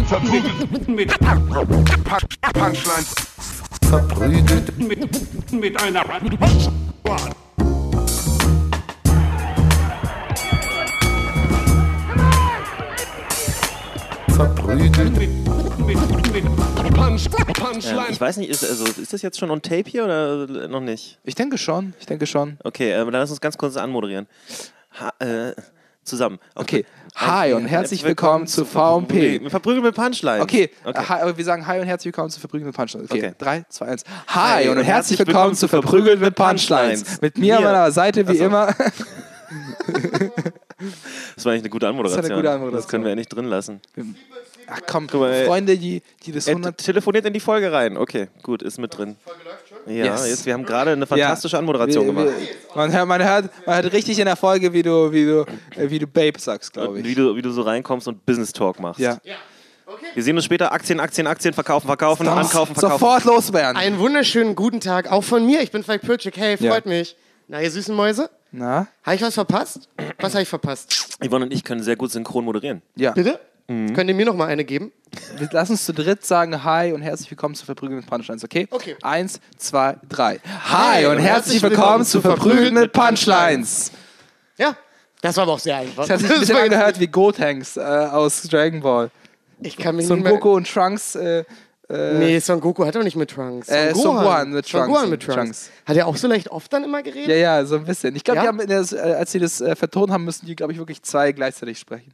Verprügelt mit Punchlines. Verprügelt Mit einer verprügelt mit Punchlines. Ich weiß nicht, ist das jetzt schon on tape hier oder noch nicht? Ich denke schon. Okay, dann lass uns ganz kurz anmoderieren. Zusammen. Okay. Hi und herzlich willkommen zu VMP. Verprügelt mit Punchlines. Okay. Wir sagen Hi und herzlich willkommen zu Verprügelt mit Punchlines. Okay. 3, 2, 1. Hi und herzlich willkommen zu Verprügelt mit Punchlines. Mit mir an meiner Seite wie immer. Das war eigentlich eine gute Anmoderation. Das können wir ja nicht drin lassen. Ach komm, mal, Freunde, die das 100... Telefoniert in die Folge rein. Okay, gut, ist mit drin. Folge läuft schon? Ja, Yes. jetzt, wir haben gerade eine fantastische Anmoderation gemacht. Man hört richtig in der Folge, wie du Babe sagst, glaube ich. Wie du so reinkommst und Business Talk machst. Ja. Ja. Okay. Wir sehen uns später. Aktien, verkaufen, ankaufen. Sofort loswerden. Einen wunderschönen guten Tag, auch von mir. Ich bin Falk Pürczyk. Hey, freut mich. Na, ihr süßen Mäuse? Na? Habe ich was verpasst? Was habe ich verpasst? Yvonne und ich können sehr gut synchron moderieren. Ja. Bitte? Könnt ihr mir noch mal eine geben? Lass uns zu dritt sagen Hi und herzlich willkommen zu Verprügelt mit Punchlines, okay? Okay. 1, 2, 3. Hi und herzlich willkommen zu Verprügelt mit Punchlines. Ja, das war aber auch sehr einfach. Das hat sich ein bisschen angehört wie Gotenks aus Dragon Ball. Ich kann mich Son nicht mehr... Goku und Trunks. Nee, Son Goku hat doch nicht mit Trunks. Son Gohan mit Son Trunks. Gohan mit Trunks. Hat er auch so leicht oft dann immer geredet? Ja, so ein bisschen. Ich glaube, Ja? die haben als sie das vertont haben, müssen die, glaube ich, wirklich 2 gleichzeitig sprechen.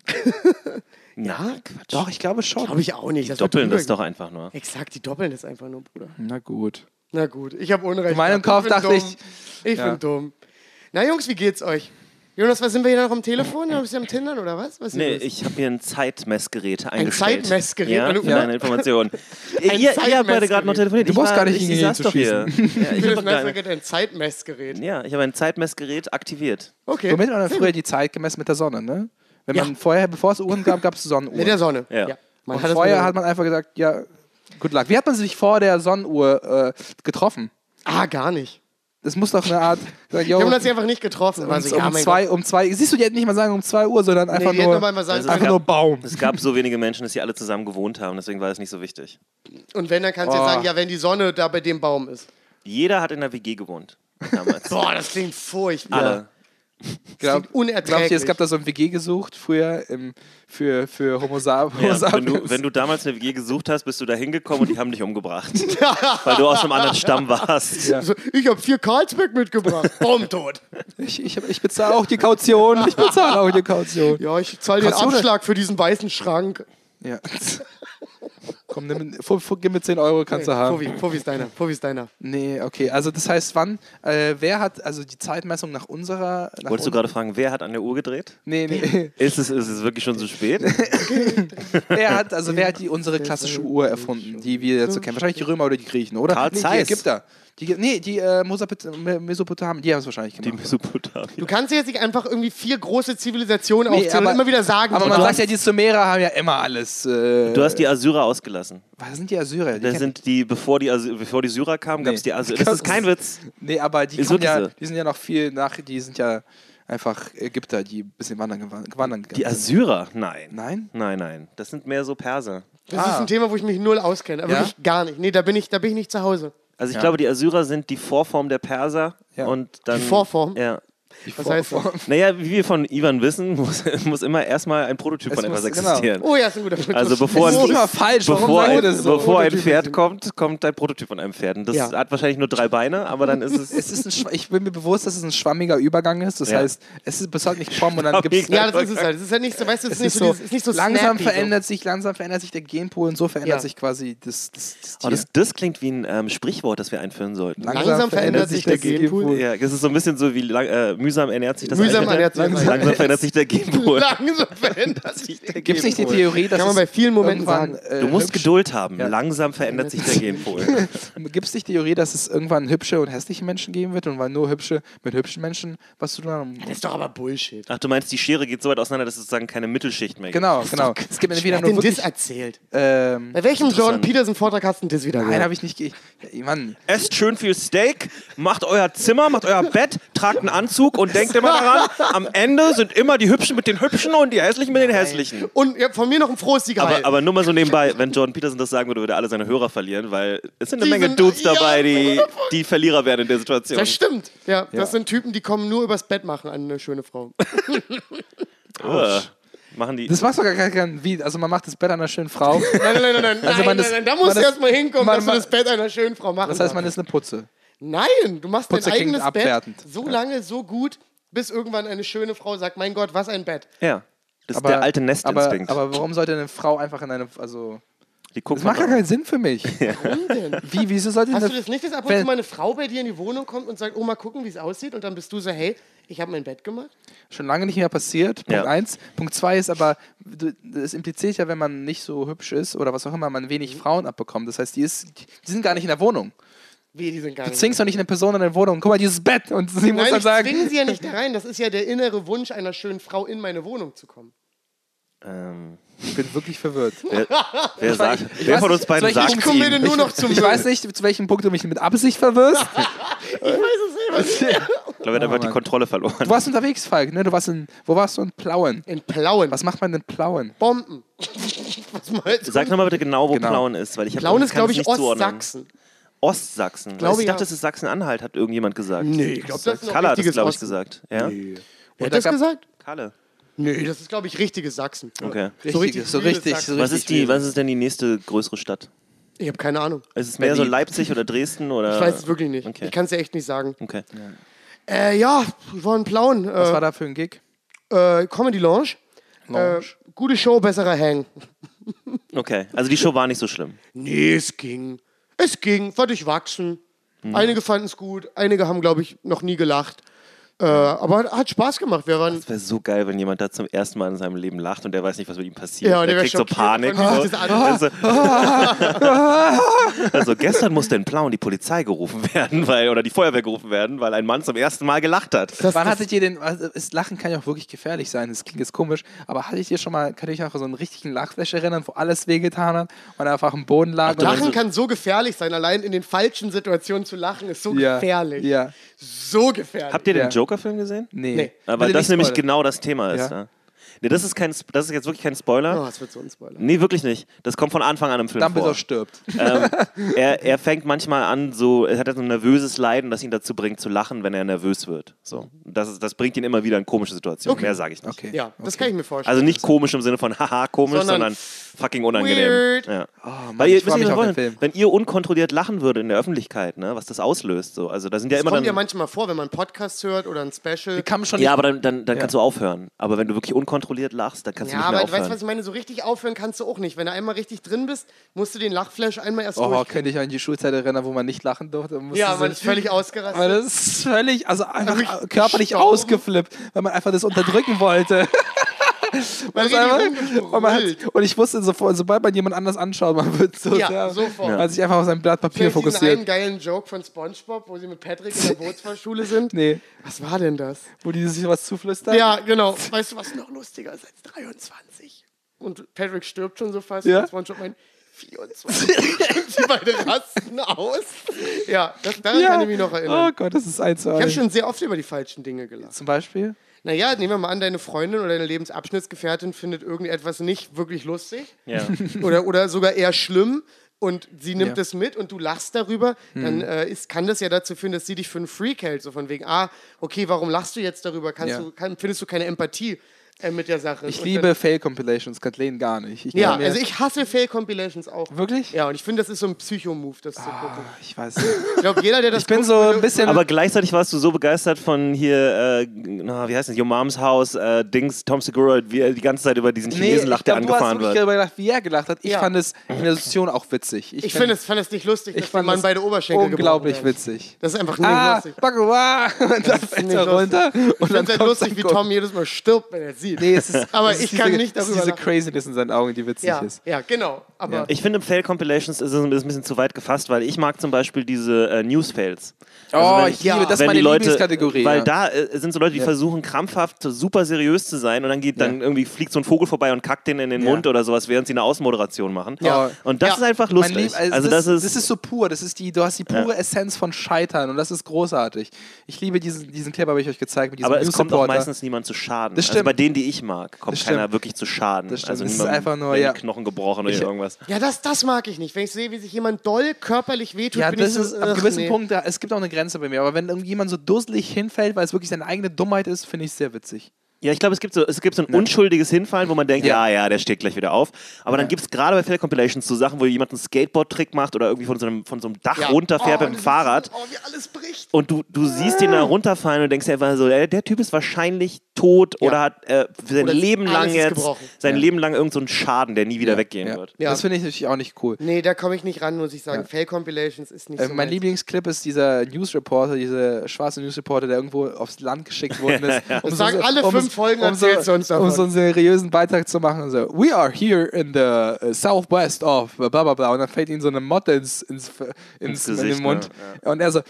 Ja, Quatsch. Doch, ich glaube schon. Glaube ich auch nicht. Das Doppeln wird das doch einfach nur. Exakt, die doppeln das einfach nur, Bruder. Na gut. Na gut, ich habe Unrecht. In meinem gehabt. Kopf dachte bin ich... dumm. Ich Ja. bin dumm. Na Jungs, wie geht's euch? Jonas, was sind wir hier noch am Telefon? Bist du am Tindern oder was? Was ist Nee, hier los? ich habe hier ein Zeitmessgerät eingestellt. Zeitmessgerät? Ja, Wenn du- für eine Information. ihr habt beide Zeitmessgerät. gerade noch telefoniert. Du brauchst gar nicht ich hingehen saß zu doch hier. schießen. Ja, ich Für hab das doch gar Messgerät ein Zeitmessgerät. ja, ich habe ein Zeitmessgerät aktiviert. Okay. Womit man dann früher die Zeit gemessen mit der Sonne, ne? Wenn Ja. man vorher, bevor es Uhren gab, gab es Sonnenuhr. Mit der Sonne. Ja. Man Und hat das vorher mit hat man einfach gesagt, ja, good luck. Wie hat man sich vor der Sonnenuhr getroffen? gar nicht. Das muss doch eine Art, gesagt, yo, Wir haben uns einfach nicht getroffen. Also, ja, mein Gott. um zwei, siehst du, die hätten nicht mal sagen um 2 Uhr, sondern einfach Nee, die hätten nur, aber mal sagen, Also einfach nur Baum. Es gab so wenige Menschen, dass sie alle zusammen gewohnt haben, deswegen war es nicht so wichtig. und wenn, dann kannst du Oh. ja sagen, ja, wenn die Sonne da bei dem Baum ist. Jeder hat in der WG gewohnt damals. Boah, das klingt furchtbar. Alle. klingt unerträglich. Glaubt ihr, es gab da so ein WG gesucht früher für Homo sapiens? Ja, wenn du damals eine WG gesucht hast, bist du da hingekommen und die haben dich umgebracht. Weil du aus einem anderen Stamm warst. Ja. Also, ich habe 4 Carlsberg mitgebracht. Baum tot. Ich bezahle auch die Kaution. Ich bezahle auch die Kaution. Ja, ich zahle den Kaution- Abschlag für diesen weißen Schrank. Ja. Komm, gib mir 10 Euro, kannst du haben. Fovi ist deiner. Nee, okay. Also das heißt, wer hat also die Zeitmessung nach unserer... Wolltest du gerade fragen, wer hat an der Uhr gedreht? Nee. Ist es wirklich schon zu spät? wer hat unsere klassische Uhr erfunden, die wir jetzt so kennen? Wahrscheinlich die Römer oder die Griechen, oder? Carl Die Zeiss. Ägypter. Die Mesopotamen, die haben es wahrscheinlich Die gemacht. Mesopotamien. Du kannst jetzt nicht einfach irgendwie 4 große Zivilisationen Nee, aufzählen und aber- immer wieder sagen. Aber so, man du sagt ja, die Sumerer haben ja immer alles... Du hast die Assyrer ausgelassen. was sind die Assyrer? Das sind die, bevor die Syrer kamen, gab es die Assyrer. Das ist kein Witz. Nee, aber die, Ist kommen wirklich ja, so. die sind ja noch viel nach... Die sind ja einfach Ägypter, die ein bisschen gewandert Die Assyrer? Nein. Nein? Nein. Das sind mehr so Perser. Das ist ein Thema, wo ich mich null auskenne. Aber Ja? wirklich gar nicht. Nee, da bin ich nicht zu Hause. Also ich Ja. glaube, die Assyrer sind die Vorform der Perser. Ja. Und dann, Die Vorform? Ja. Was heißt das? Naja, wie wir von Ivan wissen, muss immer erstmal ein Prototyp Es von etwas muss- genau. existieren. Oh ja, ist ein guter Begriff. Also bevor Das ist ein, immer falsch. Warum bevor sagen wir ein, das so? bevor ein Prototypen Pferd sind. kommt ein Prototyp von einem Pferd. Und das Ja. hat wahrscheinlich nur 3 Beine, aber dann ist es... Es ist ich bin mir bewusst, dass es ein schwammiger Übergang ist. Das Ja. heißt, es ist bis heute nicht Pom und dann gibt es... Ja, das ist es halt. Es ist halt nicht so, weißt du, es ist nicht so langsam snappy, verändert sich der Genpool und so verändert Ja. sich quasi das Oh, Tier. das klingt wie ein Sprichwort, das wir einführen sollten. Langsam verändert sich der Genpool. Ja, das ist so ein bisschen so wie mühsam ernährt sich das Mühsam Eichhörnchen. ernährt sich das Langsam verändert sich der Genpool. Langsam verändert sich der Gibt es nicht die Theorie, dass Kann man es bei vielen Momenten irgendwann, sagen. Du musst Geduld haben. Ja. Langsam verändert sich der Genpool. Gibt es nicht die Theorie, dass es irgendwann hübsche und hässliche Menschen geben wird und weil nur hübsche mit hübschen Menschen was zu tun haben? Das ist doch aber Bullshit. Ach, du meinst, die Schere geht so weit auseinander, dass es sozusagen keine Mittelschicht mehr gibt. Genau. Es gibt entweder Wer hat nur denn das wirklich... erzählt? Bei Bei welchem Jordan Peterson-Vortrag hast du denn das wieder Nein, gehört? habe ich nicht... Mann. Esst schön viel Steak, macht euer Zimmer, macht euer Bett, tragt einen Anzug klug und denkt immer daran, am Ende sind immer die Hübschen mit den Hübschen und die Hässlichen mit den Hässlichen. Und ja, von mir noch ein frohes Siegehalt. Aber nur mal so nebenbei, wenn Jordan Peterson das sagen würde, würde er alle seine Hörer verlieren, weil es sind eine Menge Dudes dabei, die Verlierer werden in der Situation. Das stimmt. Ja, das sind Typen, die kommen nur übers Bett machen an eine schöne Frau. Machen die. Das machst du gar kein wie. Also man macht das Bett einer schönen Frau. Nein. Also Nein. Da musst du erst mal hinkommen, dass du das Bett einer schönen Frau machen Das heißt, man darfst. ist eine Putze. Nein, du machst dein Putze klingt eigenes Bett abwertend. so lange, so gut, bis irgendwann eine schöne Frau sagt, mein Gott, was ein Bett. Ja. Das ist der alte Nestinstinkt. Aber warum sollte eine Frau einfach in eine... Also, Die guckt das macht gar keinen Sinn für mich. Warum denn? Wieso sollte Hast eine... du das nicht, dass ab und zu mal eine Frau bei dir in die Wohnung kommt und sagt, oh, mal gucken, wie es aussieht? Und dann bist du so, hey, ich habe mein Bett gemacht? Schon lange nicht mehr passiert. Punkt Ja. 1. Punkt 2 ist aber, das impliziert ja, wenn man nicht so hübsch ist oder was auch immer, man wenig Frauen abbekommt. Das heißt, die sind gar nicht in der Wohnung. Wie, die sind gar Du nicht. zwingst doch nicht eine Person in der Wohnung. Guck mal, dieses Bett. Und sie muss Nein, dann ich sagen... zwinge sie ja nicht da rein. Das ist ja der innere Wunsch einer schönen Frau, in meine Wohnung zu kommen. Ich bin wirklich verwirrt. Wer von uns beiden sagt Ich komme bitte ihm? nur noch zum Ich weiß nicht, zu welchem Punkt du mich mit Absicht verwirrst. Ich weiß es selber nicht. Ich glaube, er hat einfach die Kontrolle verloren. Du warst unterwegs, Falk, ne? Wo warst du in Plauen? In Plauen. Was macht man in Plauen? Bomben. Was meinst du? Sag nochmal bitte genau, wo Genau. Plauen ist. Weil ich Plauen ist, glaube ich, nicht zuordnen. Ostsachsen. Ostsachsen. Glaube Ich ja. dachte, das ist Sachsen-Anhalt, hat irgendjemand gesagt. Nee, ich glaube, das ist ein Kalle hat das, richtiges glaube ich, Osten. gesagt. Ja? Nee. Wer hat das gesagt? Kalle. Nee, das ist, glaube ich, richtiges Sachsen. Okay. So richtig. Was ist denn die nächste größere Stadt? Ich habe keine Ahnung. Ist es mehr so Leipzig oder Dresden? Oder? Ich weiß es wirklich nicht. Okay. Ich kann es ja echt nicht sagen. Okay. Ja, wir waren in Plauen. Was war da für ein Gig? Comedy Lounge. Gute Show, besserer Hang. Okay, also die Show war nicht so schlimm. Nee, es ging. Es ging, war durchwachsen. Einige fanden es gut, einige haben, glaube ich, noch nie gelacht. Aber hat Spaß gemacht. Wir waren. Es wäre so geil, wenn jemand da zum ersten Mal in seinem Leben lacht und der weiß nicht, was mit ihm passiert. Ja, und der der kriegt so schockiert Panik. von wie sich das Also gestern musste in Plauen die Polizei gerufen werden, oder die Feuerwehr gerufen werden, weil ein Mann zum ersten Mal gelacht hat. Wann hattet ihr den, also Lachen kann ja auch wirklich gefährlich sein, das klingt jetzt komisch, aber hattet ihr schon mal, kann ich noch so einen richtigen Lachflash erinnern, wo alles wehgetan hat und er einfach am Boden lag? Lachen kann so gefährlich sein. Allein in den falschen Situationen zu lachen ist so gefährlich. Ja. So gefährlich. Habt ihr den Ja. Joker-Film gesehen? Nee. Aber Bitte das nicht nämlich spoilern. genau das Thema ist. Ja. Ja. Nee, das ist jetzt wirklich kein Spoiler. Oh, das wird so ein Spoiler. Nee, wirklich nicht. Das kommt von Anfang an im Film Dumbledore vor. stirbt. Er fängt manchmal an, er hat so ein nervöses Leiden, das ihn dazu bringt zu lachen, wenn er nervös wird. So. Das bringt ihn immer wieder in komische Situationen. Okay. Mehr sage ich nicht. Okay. Ja, das kann ich mir vorstellen. Also nicht komisch im Sinne von haha komisch, Sondern sondern fucking unangenehm. weird. Ja. Oh, Mann, Weil ihr, ich freu wisst ihr, mich was auf wir den wollen? Film. Wenn ihr unkontrolliert lachen würdet in der Öffentlichkeit, ne, was das auslöst. So. Also da sind ja das immer kommt dann. ja manchmal vor, wenn man Podcasts hört oder ein Special. Wie kann man schon Ja, nicht, aber dann kannst du aufhören. Aber wenn du wirklich unkontrolliert lachst, dann kannst du Ja, nicht mehr aber weißt aufhören. du, was ich meine? So richtig aufhören kannst du auch nicht. Wenn du einmal richtig drin bist, musst du den Lachflash einmal erst oh, durch. könnte ich an die Schulzeit erinnern, wo man nicht lachen durfte. Ja, man ist völlig ausgerastet. Aber das ist völlig, also einfach Wirklich körperlich gestorben. ausgeflippt, weil man einfach das unterdrücken wollte. Man Das einfach- richtig und, man rumgebrüllt. und ich wusste sofort, sobald man jemand anders anschaut, man wird so Ja, sehr, sofort. man sich einfach auf sein Blatt Papier Vielleicht diesen fokussiert. einen geilen Joke von SpongeBob, wo sie mit Patrick in der Bootsfahrschule sind. Nee, Was war denn das? wo die sich was zuflüstern. Ja, genau. Weißt du, was noch lustiger ist als 23? Und Patrick stirbt schon so fast. Ja. Und SpongeBob meint 24. Und die beiden rasten aus. Ja, daran kann ich mich noch erinnern. Oh Gott, das ist eins zu Ich habe eins. schon sehr oft über die falschen Dinge gelacht. Zum Beispiel? Naja, nehmen wir mal an, deine Freundin oder deine Lebensabschnittsgefährtin findet irgendetwas nicht wirklich lustig Ja. oder sogar eher schlimm und sie nimmt Ja. es mit und du lachst darüber, dann kann das ja dazu führen, dass sie dich für einen Freak hält. So von wegen, okay, warum lachst du jetzt darüber? Ja. Findest du keine Empathie mit der Sache? Ich Und liebe Fail-Compilations, Kathleen gar nicht. Ich ja, kann mir- also ich hasse Fail-Compilations auch. Wirklich? Ja, und ich finde, das ist so ein Psycho-Move, das zu gucken. Ich weiß nicht. Ich glaube, jeder, der das Ich bin guckt, so würde- ein bisschen... Aber gleichzeitig warst du so begeistert von hier, wie heißt das, Your Mom's House, Dings, Tom Segura, wie er die ganze Zeit über diesen Chinesen lacht, der ich glaub, angefahren du hast wirklich wird. darüber gedacht, wie er gelacht hat. Ich Ja. fand es in der Situation auch witzig. Ich fand es nicht lustig, dass der Mann es beide Oberschenkel unglaublich gebrochen hat. witzig. Das ist einfach nicht lustig. Bakuwa! Und dann fällt Nicht er lustig. runter. Ich finde es halt lustig, wie Tom jedes Mal stirbt, wenn er sieht. Nee, es ist, aber es ist ich kann nicht es ist darüber diese lachen. Craziness in seinen Augen, die witzig ist. Ja, genau. Aber Ich finde, Fail-Compilations ist ein bisschen zu weit gefasst, weil ich mag zum Beispiel diese News-Fails. Ich liebe, das ist wenn meine die Leute, Lieblingskategorie. Weil ja. da sind so Leute, die versuchen krampfhaft super seriös zu sein und dann irgendwie fliegt so ein Vogel vorbei und kackt den in den Mund oder sowas, während sie eine Außenmoderation machen. Ja. Und das ist einfach Mein lustig. Lieb, also das ist so pur, du hast die pure Essenz von Scheitern und das ist großartig. Ich liebe diesen Clip, habe ich euch gezeigt, mit diesem aber es News kommt auch Reporter. meistens niemand zu Schaden. Das Also stimmt. bei denen, die ich mag, kommt Das keiner stimmt. wirklich zu Schaden. Das stimmt. Also Es ist niemand einfach nur, werden die Knochen gebrochen oder irgendwas. ja, das mag ich nicht. Wenn ich sehe, wie sich jemand doll körperlich wehtut, Ja, bin das ich ist so, ab einem gewissen nee. Punkt, es gibt auch eine Grenze bei mir, aber wenn irgendjemand so dusselig hinfällt, weil es wirklich seine eigene Dummheit ist, finde ich es sehr witzig. Ja, ich glaube, es gibt so ein unschuldiges Hinfallen, wo man denkt, ja, der steht gleich wieder auf. Aber dann gibt es gerade bei Fail-Compilations so Sachen, wo jemand einen Skateboard-Trick macht oder irgendwie von so einem Dach runterfährt mit dem Fahrrad. Wie alles bricht. Und du siehst ihn da runterfallen und denkst dir einfach so, der Typ ist wahrscheinlich tot oder hat für sein Oder Leben lang alles ist jetzt gebrochen. Leben lang irgend so einen Schaden, der nie wieder weggehen wird. Ja. Das finde ich natürlich auch nicht cool. Nee, da komme ich nicht ran, muss ich sagen. Fail-Compilations ist nicht so Mein meins. Lieblingsclip ist dieser Newsreporter, dieser schwarze Newsreporter, der irgendwo aufs Land geschickt worden ist. Und sagen, alle 5 Folgen erzählst du uns davon. so einen seriösen Beitrag zu machen. So, we are here in the southwest of bla bla bla. Und dann fällt ihm so eine Motte ins Gesicht, in den Mund. ne? Und er so,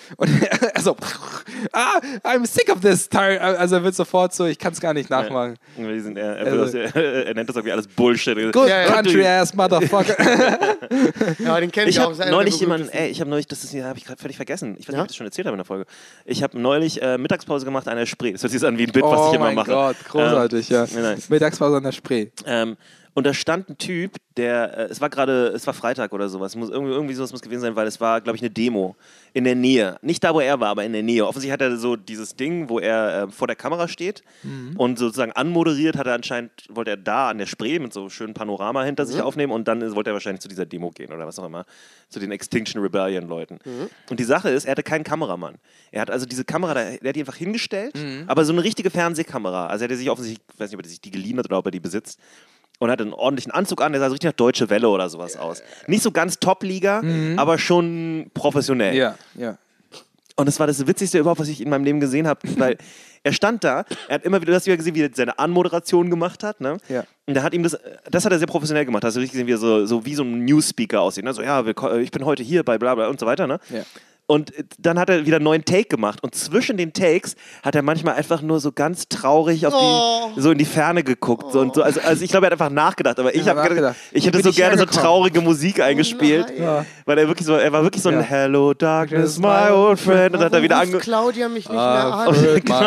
I'm sick of this. Also er wird sofort so, ich kann es gar nicht nachmachen. Er nennt das irgendwie alles Bullshit. Good Ja, ja. country ass motherfucker. Ja, den kenne ich, Ich auch. habe ist einer der neulich berühmtesten. habe ich gerade völlig vergessen. Ich weiß nicht, ob ich das schon erzählt habe in der Folge. Ich habe neulich Mittagspause gemacht an der Spree. Das hört sich an wie ein Bit, was ich immer mache. Oh mein Gott, großartig, ja. nein. Mittagspause an der Spree. Und da stand ein Typ, es war Freitag oder sowas, irgendwie sowas muss gewesen sein, weil es war, glaube ich, eine Demo in der Nähe. Nicht da, wo er war, aber in der Nähe. Offensichtlich hat er so dieses Ding, wo er vor der Kamera steht und sozusagen anmoderiert, wollte er da an der Spree mit so schönem Panorama hinter sich aufnehmen und dann wollte er wahrscheinlich zu dieser Demo gehen oder was auch immer, zu den Extinction Rebellion Leuten. Und die Sache ist, er hatte keinen Kameramann. Er hat also diese Kamera, der hat die einfach hingestellt, aber so eine richtige Fernsehkamera. Also er hat sich offensichtlich, ich weiß nicht, ob er sich die geliehen hat oder ob er die besitzt. Und hat einen ordentlichen Anzug an, der sah so richtig nach Deutsche Welle oder sowas aus. Nicht so ganz Top-Liga, aber schon professionell. Ja. Und das war das Witzigste überhaupt, was ich in meinem Leben gesehen habe, weil er stand da, er hat immer wieder, du hast ja gesehen, wie er seine Anmoderation gemacht hat, ne? Ja. Und da hat ihm das hat er sehr professionell gemacht, hast du richtig gesehen, wie er so wie so ein News-Speaker aussieht, ne? So, ja, ich bin heute hier bei bla bla und so weiter, ne? Ja. Und dann hat er wieder einen neuen Take gemacht. Und zwischen den Takes hat er manchmal einfach nur so ganz traurig so in die Ferne geguckt. So und so. Also ich glaube, er hat einfach nachgedacht. Aber ich hätte so gerne so traurige Musik eingespielt. Weil er war wirklich so ein Hello Darkness, my old friend. Und dann hat er wieder Claudia mich nicht mehr an.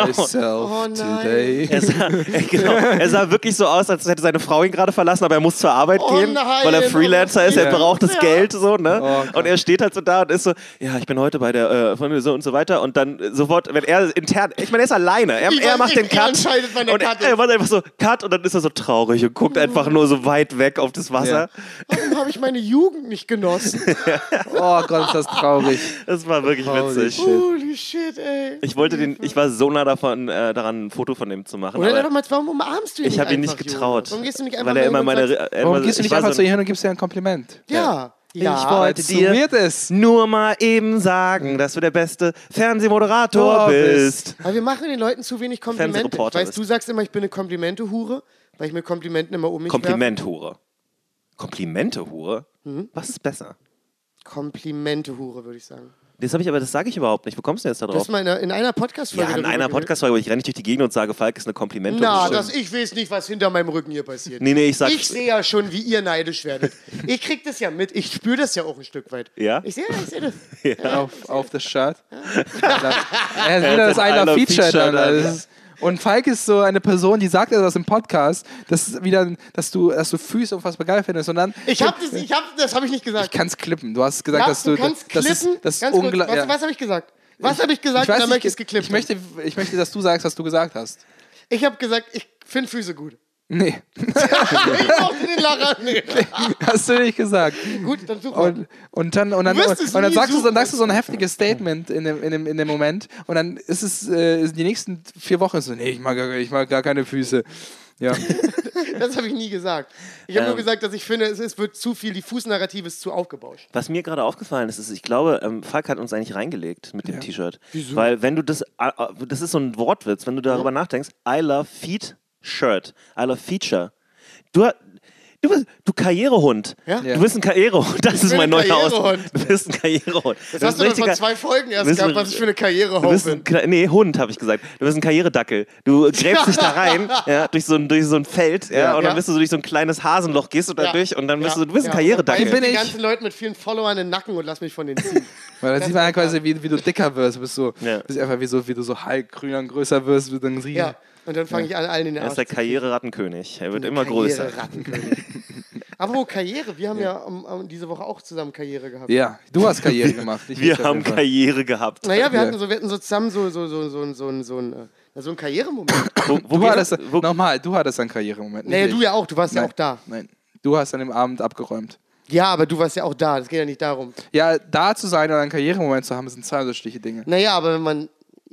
Today. Er sah wirklich so aus, als hätte seine Frau ihn gerade verlassen, aber er muss zur Arbeit gehen, weil er Freelancer ist, er braucht das Geld. So, ne? Und er steht halt so da und ist so, ja, ich bin heute bei der so und so weiter und dann sofort, wenn er intern, ich meine, er ist alleine, er macht den Cut und er macht einfach so Cut und dann ist er so traurig und guckt einfach nur so weit weg auf das Wasser. Warum habe ich meine Jugend nicht genossen? Oh Gott, ist das traurig. Das war wirklich witzig. Holy shit, ey. Ich war so nah daran, ein Foto von dem zu machen. Oder einfach mal, warum umarmst du ihn ich habe ihn nicht einfach, getraut. Warum gehst du nicht einfach weil er immer Warum gehst du nicht einfach zu ihr hin und gibst ihr ein Kompliment? Ja. Ich wollte dir nur mal eben sagen, dass du der beste Fernsehmoderator bist. Aber wir machen den Leuten zu wenig Komplimente. Fernsehreporter Weißt du, sagst immer, ich bin eine Komplimente-Hure, weil ich mit Komplimenten immer um mich Komplimente-Hure. Komplimente-Hure? Was ist besser? Komplimente-Hure, würde ich sagen. Das sage ich überhaupt nicht. Wo kommst du denn jetzt da drauf? Das mal in einer Podcast-Folge. Ja, in einer Podcast-Folge, wo ich renne nicht durch die Gegend und sage, Falk ist eine Komplimente. Ich weiß nicht, was hinter meinem Rücken hier passiert. Nee, ich sehe ja schon, wie ihr neidisch werdet. Ich krieg das ja mit. Ich spüre das ja auch ein Stück weit. Ja? Ich sehe das. Ja. Auf das Shirt. Er ist wieder das I Love Feature dann. Und Falk ist so eine Person, die sagt das im Podcast, dass du Füße unfassbar geil findest. Und dann das habe ich nicht gesagt. Ich kann es klippen. Du hast gesagt, dass du kannst klippen. Was habe ich gesagt? Was habe ich gesagt? Dann möchte ich es geklippt. Ich möchte, dass du sagst, was du gesagt hast. Ich habe gesagt, ich finde Füße gut. Nee. Ich brauchte den Lacher. Nee. Hast du nicht gesagt. Gut, dann such mal. Und dann sagst du so ein heftiges Statement in dem Moment und dann ist es die nächsten 4 Wochen so, nee, ich mag gar keine Füße. Ja. Das habe ich nie gesagt. Ich habe nur gesagt, dass ich finde, es wird zu viel, die Fußnarrative ist zu aufgebauscht. Was mir gerade aufgefallen ist, ich glaube, Falk hat uns eigentlich reingelegt mit dem T-Shirt. Wieso? Weil wenn du das ist so ein Wortwitz, wenn du darüber nachdenkst, I love feet Shirt. I love Feature. Du Karrierehund. Ja? Du bist ein Karrierehund. Das ist bin mein ein neuer Karrierehund. Ausdruck. Du bist ein Karrierehund. Das hast du doch vor 2 Folgen erst gehabt, was ich für eine Karriere Du bist bin. nee, Hund, habe ich gesagt. Du bist ein Karrieredackel. Du gräbst dich da rein, ja, durch so ein Feld, ja, und dann bist du so durch so ein kleines Hasenloch, gehst du da durch und dann bist du bist ein Karrieredackel. Ich bin die ganzen Leute mit vielen Followern in den Nacken und lass mich von denen ziehen. Weil dann sieht man ja quasi, wie du dicker wirst. Bist Ja. einfach wie du so halb grüner und größer wirst, wie dann Ja, und dann fange ich an, allen in den Er Arsch ist der zu treten. Karriererattenkönig. Er wird immer größer. Apropos Karriere, wir haben ja diese Woche auch zusammen Karriere gehabt. Ja, du hast Karriere gemacht. Nicht Wir ich auf haben jeden Fall. Karriere gehabt. Naja, wir hatten so zusammen so einen Karrieremoment. Du hattest einen Karrieremoment. Naja, nicht du ich. ja auch, du warst ja Nein, auch da. Nein, du hast an dem Abend abgeräumt. Ja, aber du warst ja auch da, das geht ja nicht darum. Ja, da zu sein oder einen Karrieremoment zu haben, sind 2 unterschiedliche Dinge. Naja, aber wenn man...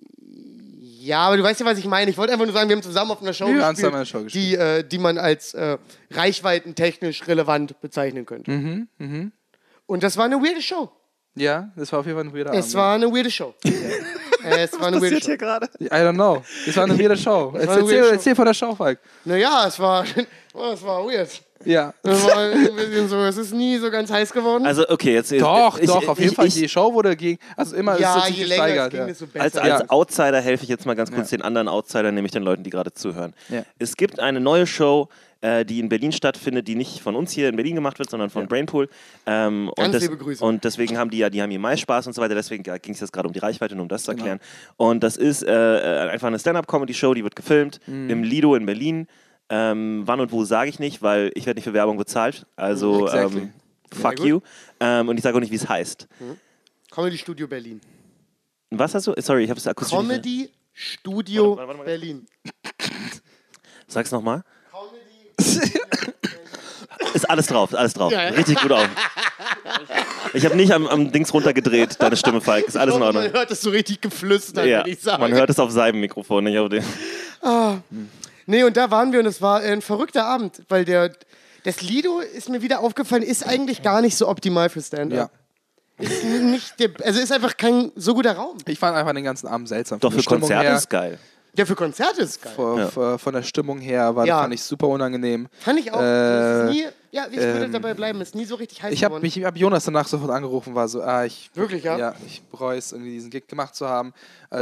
Ja, aber du weißt ja, was ich meine. Ich wollte einfach nur sagen, wir haben zusammen auf einer Show Wir haben gespielt, zusammen eine Show gespielt. die man als reichweitentechnisch relevant bezeichnen könnte. Und das war eine weirde Show. Ja, das war auf jeden Fall ein weirder Abend. Es war eine weirde Show. Es war eine weirde Show. gerade? I don't know. Das war eine weirde Show. war eine weirde Show. Erzähl von der Show, Falk. Naja, es war weird. Ja. Es war ein bisschen so, es ist nie so ganz heiß geworden. Also, okay, jetzt... Doch, auf jeden Fall. Die Show wurde immer ja, ist so je länger es ging, gesteigert. desto Als besser. Ja. Outsider helfe ich jetzt mal ganz kurz den anderen Outsidern, nämlich den Leuten, die gerade zuhören. Ja. Es gibt eine neue Show, die in Berlin stattfindet, die nicht von uns hier in Berlin gemacht wird, sondern von Brainpool. Ganz liebe Grüße. Und deswegen haben die hier mehr Spaß und so weiter. Deswegen ging es jetzt gerade um die Reichweite, nur um das zu erklären. Und das ist einfach eine Stand-Up-Comedy-Show, die wird gefilmt im Lido in Berlin. Wann und wo sage ich nicht, weil ich werde nicht für Werbung bezahlt. Also Exactly. fuck you. Und ich sage auch nicht, wie es heißt. Comedy Studio Berlin. Was hast du? Sorry, ich habe es akustisch nicht. Comedy Studio Warte mal. Berlin. Sag's nochmal. Comedy Ist alles drauf. Ja, ja. Richtig gut auf. Ich habe nicht am Dings runtergedreht, deine Stimme, Falk. Ist alles in Ordnung. Man hört es so richtig geflüstert, Ja, würde ich sagen. man hört es auf seinem Mikrofon, nicht auf dem. Nee, und da waren wir und es war ein verrückter Abend, weil das Lido, ist mir wieder aufgefallen, ist eigentlich gar nicht so optimal für Stand-Up. Ja. Ist einfach kein so guter Raum. Ich fand einfach den ganzen Abend seltsam. Doch, Von der für Konzerte Stimmung her, ist geil. Ja, für Konzerte ist geil. Von der Stimmung her fand ich super unangenehm. Fand ich auch. Das ist nie, ja, ich würde dabei bleiben, ist nie so richtig heiß Ich habe geworden. Jonas danach sofort angerufen, war so, Wirklich, ja? Ja, ich bereue es, irgendwie diesen Gig gemacht zu haben.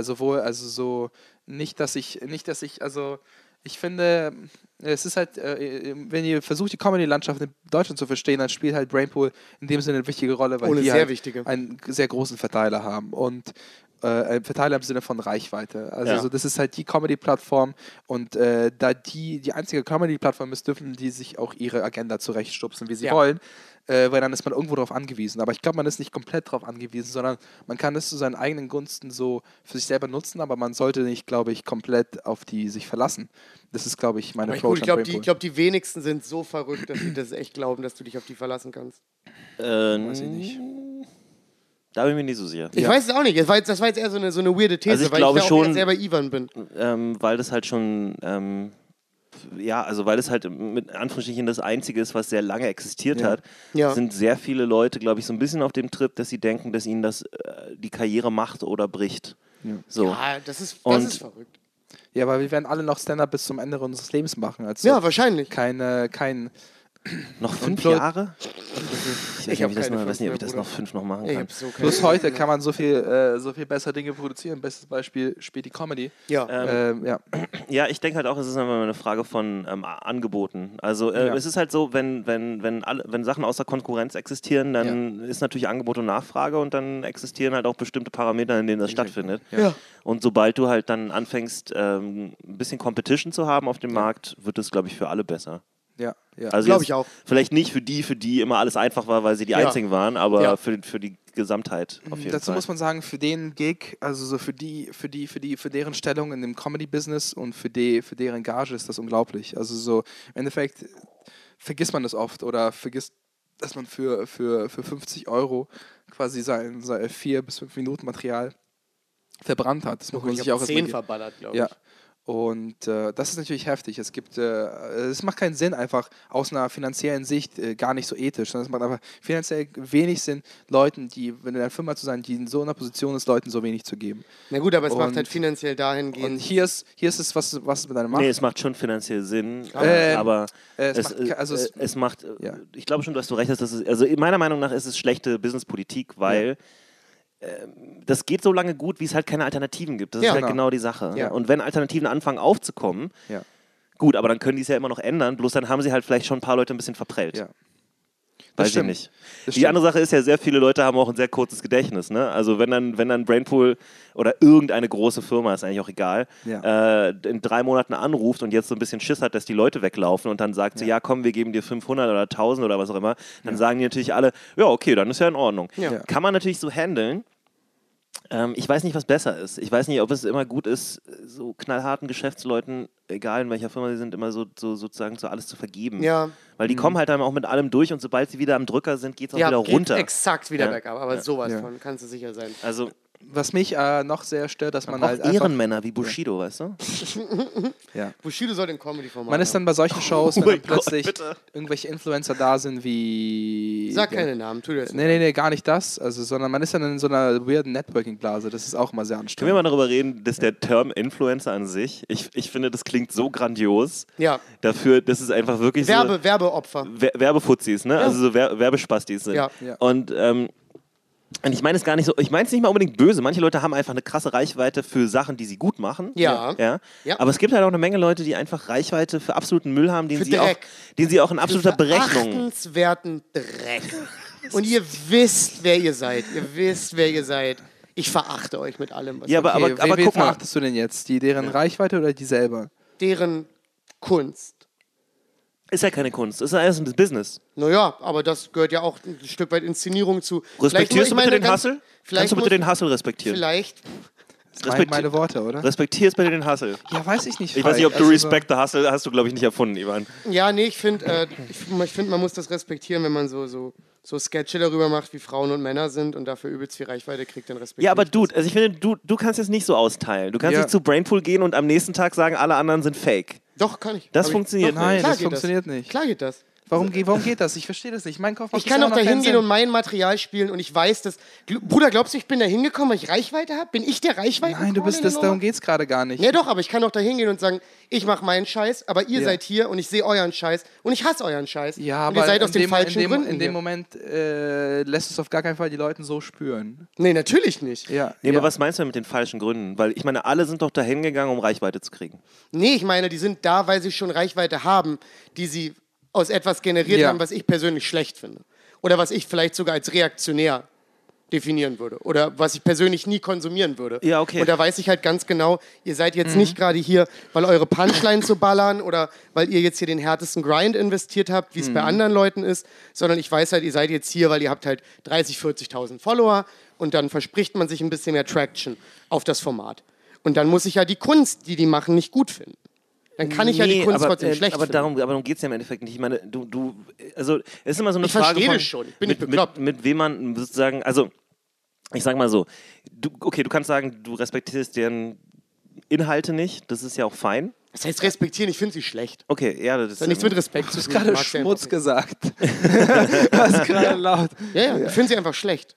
Ich finde, es ist halt, wenn ihr versucht, die Comedy-Landschaft in Deutschland zu verstehen, dann spielt halt Brainpool in dem Sinne eine wichtige Rolle, weil die sehr halt wichtige. einen sehr großen Verteiler haben. Und Verteiler im Sinne von Reichweite. Also Ja. so, das ist halt die Comedy-Plattform und da die einzige Comedy-Plattform ist, dürfen die sich auch ihre Agenda zurechtstupsen, wie sie Ja. wollen. Weil dann ist man irgendwo darauf angewiesen. Aber ich glaube, man ist nicht komplett darauf angewiesen, sondern man kann es zu seinen eigenen Gunsten so für sich selber nutzen, aber man sollte nicht, glaube ich, komplett auf die sich verlassen. Das ist, glaube ich, meine Aber Approach gut, an ich Brainpool. glaube, die wenigsten sind so verrückt, dass sie das echt glauben, dass du dich auf die verlassen kannst. Weiß ich nicht. Da bin ich mir nicht so sicher. Ich weiß es auch nicht. Das war jetzt eher so eine weirde These, Also ich weil glaube ich da schon- auch eher bei Ivan bin. Weil das halt schon, weil es halt mit Anführungsstrichen das Einzige ist, was sehr lange existiert hat, Ja. sind sehr viele Leute, glaube ich, so ein bisschen auf dem Trip, dass sie denken, dass ihnen das die Karriere macht oder bricht. So. Ja, das ist Und- verrückt. Ja, aber wir werden alle noch Stand-Up bis zum Ende unseres Lebens machen. Also Ja, wahrscheinlich. kein Noch 5 Leute- Jahre? Ich hab keine weiß nicht, ob ich 5 das mehr, noch 5 noch machen Ich kann. hab so keine Plus heute kann man so viel besser Dinge produzieren. Bestes Beispiel spielt die Comedy. Ja. Ja. Ja, ich denke halt auch, es ist einfach eine Frage von Angeboten. Also Ja. es ist halt so, wenn Sachen außer Konkurrenz existieren, dann ist natürlich Angebot und Nachfrage und dann existieren halt auch bestimmte Parameter, in denen das stattfindet. Ja. Und sobald du halt dann anfängst, ein bisschen Competition zu haben auf dem Markt, wird es, glaube ich, für alle besser. Ja. Also Glaub jetzt ich auch. Vielleicht nicht für die immer alles einfach war, weil sie die Ja. Einzigen waren, aber Ja. für die Gesamtheit auf jeden Dazu Fall. muss man sagen, für den Gig, also so für deren Stellung in dem Comedy-Business und für deren Gage ist das unglaublich. Also so im Endeffekt vergisst man das oft oder vergisst, dass man für 50 € quasi sein 4 bis 5 Minuten Material verbrannt hat. Das muss man Ich sich hab auch 10 erstmal verballert, glaube ja. ich. Und das ist natürlich heftig. Es macht keinen Sinn, einfach aus einer finanziellen Sicht gar nicht so ethisch, sondern es macht einfach finanziell wenig Sinn, Leuten, wenn in einer Firma zu sein, die in so einer Position ist, Leuten so wenig zu geben. Na gut, aber es macht Und- halt finanziell dahingehend. Und hier ist es, was es mit einem macht. Nee, es macht schon finanziell Sinn, Ähm, aber es macht- ja. ich glaube schon, dass du recht hast, also meiner Meinung nach ist es schlechte Businesspolitik, weil das geht so lange gut, wie es halt keine Alternativen gibt. Das Ja, ist halt genau. genau die Sache. Ja. Und wenn Alternativen anfangen aufzukommen, Ja. gut, aber dann können die es ja immer noch ändern, bloß dann haben sie halt vielleicht schon ein paar Leute ein bisschen verprellt. Ja. Weiß ich stimmt. nicht. Das Die stimmt. andere Sache ist ja, sehr viele Leute haben auch ein sehr kurzes Gedächtnis. Ne? Also wenn dann Brainpool oder irgendeine große Firma, ist eigentlich auch egal, in 3 Monaten anruft und jetzt so ein bisschen Schiss hat, dass die Leute weglaufen und dann sagt sie, ja komm, wir geben dir 500 oder 1000 oder was auch immer, dann sagen die natürlich alle, ja okay, dann ist ja in Ordnung. Ja. Kann man natürlich so handeln. Ich weiß nicht, was besser ist. Ich weiß nicht, ob es immer gut ist, so knallharten Geschäftsleuten, egal in welcher Firma sie sind, immer so sozusagen so alles zu vergeben. Ja. Weil die kommen halt dann auch mit allem durch und sobald sie wieder am Drücker sind, geht es auch Ja, wieder geht runter. exakt wieder Ja. bergab, aber sowas Ja. von, kannst du sicher sein. Also Was mich noch sehr stört, dass man auch halt einfach... Ehrenmänner wie Bushido, weißt du? Ja. Bushido soll den Comedy-Format Man ist haben. dann bei solchen Shows, wenn mein dann plötzlich Gott, bitte. irgendwelche Influencer da sind wie... Sag keine Namen, tu das. Nee, gar nicht das. Also, sondern man ist dann in so einer weirden Networking-Blase. Das ist auch immer sehr Können wir anstrengend. mal darüber reden, dass der Term Influencer an sich, ich finde, das klingt so grandios Ja, dafür, dass es einfach wirklich Werbeopfer. so Werbefuzis, ne? Also so Werbespastis sind. Ja. Ja. Und ich meine es gar nicht so, ich meine es nicht mal unbedingt böse. Manche Leute haben einfach eine krasse Reichweite für Sachen, die sie gut machen. Ja. Ja. Ja. Aber es gibt halt auch eine Menge Leute, die einfach Reichweite für absoluten Müll haben, den Für sie auch, Dreck. den sie auch in absoluter Berechnung. Verachtenswerten Dreck. Und ihr wisst, wer ihr seid. Ihr wisst, wer ihr seid. Ich verachte euch mit allem, was Ja, aber, ihr- aber wen guck mal. verachtest du denn jetzt? Deren Reichweite oder die selber? deren Kunst. Ist ja keine Kunst, ist ja alles ein Business. Naja, aber das gehört ja auch ein Stück weit Inszenierung zu. Respektierst du bitte den ganz- Hustle? Vielleicht Kannst du bitte muss- den Hustle respektieren? Vielleicht. Meine Worte, oder? Respektierst bitte den Hustle. Ja, weiß ich nicht. Ich weiß nicht, ob du Also, Respect the Hustle hast du, glaube ich, nicht erfunden, Ivan. Ja, nee, ich finde, man muss das respektieren, wenn man so Sketche darüber macht, wie Frauen und Männer sind und dafür übelst viel Reichweite kriegt, dann respektiere Ja, aber ich das. Dude, also ich finde, du kannst jetzt nicht so austeilen. Du kannst Ja. nicht zu Brainpool gehen und am nächsten Tag sagen, alle anderen sind fake. Doch, kann ich. Das Aber funktioniert doch, nicht. Nein, klar das geht funktioniert nicht. Klar geht das. Warum geht das? Ich verstehe das nicht. Mein Kopf macht Ich kann doch da keinen hingehen Sinn. und mein Material spielen und ich weiß, dass... Bruder, glaubst du, ich bin da hingekommen, weil ich Reichweite habe? Bin ich der Reichweite? Nein, du bist das, darum geht es gerade gar nicht. Ja doch, aber ich kann doch da hingehen und sagen, ich mache meinen Scheiß, aber ihr Ja. seid hier und ich sehe euren Scheiß und ich hasse euren Scheiß. Ja, und aber ihr seid aus den falschen Gründen in dem hier. Moment lässt es auf gar keinen Fall die Leute so spüren. Nee, natürlich nicht. Ja, Nee, ja. aber was meinst du mit den falschen Gründen? Weil ich meine, alle sind doch da hingegangen, um Reichweite zu kriegen. Nee, ich meine, die sind da, weil sie schon Reichweite haben, die sie aus etwas generiert Ja. haben, was ich persönlich schlecht finde. Oder was ich vielleicht sogar als reaktionär definieren würde. Oder was ich persönlich nie konsumieren würde. Ja, okay. Und da weiß ich halt ganz genau, ihr seid jetzt nicht gerade hier, weil eure Punchlines so ballern oder weil ihr jetzt hier den härtesten Grind investiert habt, wie es bei anderen Leuten ist, sondern ich weiß halt, ihr seid jetzt hier, weil ihr habt halt 30.000, 40.000 Follower und dann verspricht man sich ein bisschen mehr Traction auf das Format. Und dann muss ich ja die Kunst, die machen, nicht gut finden. Dann kann ich ja die Kunst trotzdem schlecht aber finden. darum geht es ja im Endeffekt nicht. Ich meine, also es ist immer so eine Ich Frage verstehe von, das schon. Ich bin nicht bekloppt. mit wem man sozusagen, also ich sag mal so, du kannst sagen, du respektierst deren Inhalte nicht, das ist ja auch fein. Das heißt respektieren, ich finde sie schlecht. Okay, ja, das Das hat nichts mit Respekt zu Du hast tun. gerade Ich mag sie Schmutz einfach gesagt. Du hast gerade laut. nicht. Ja, ich finde sie einfach schlecht.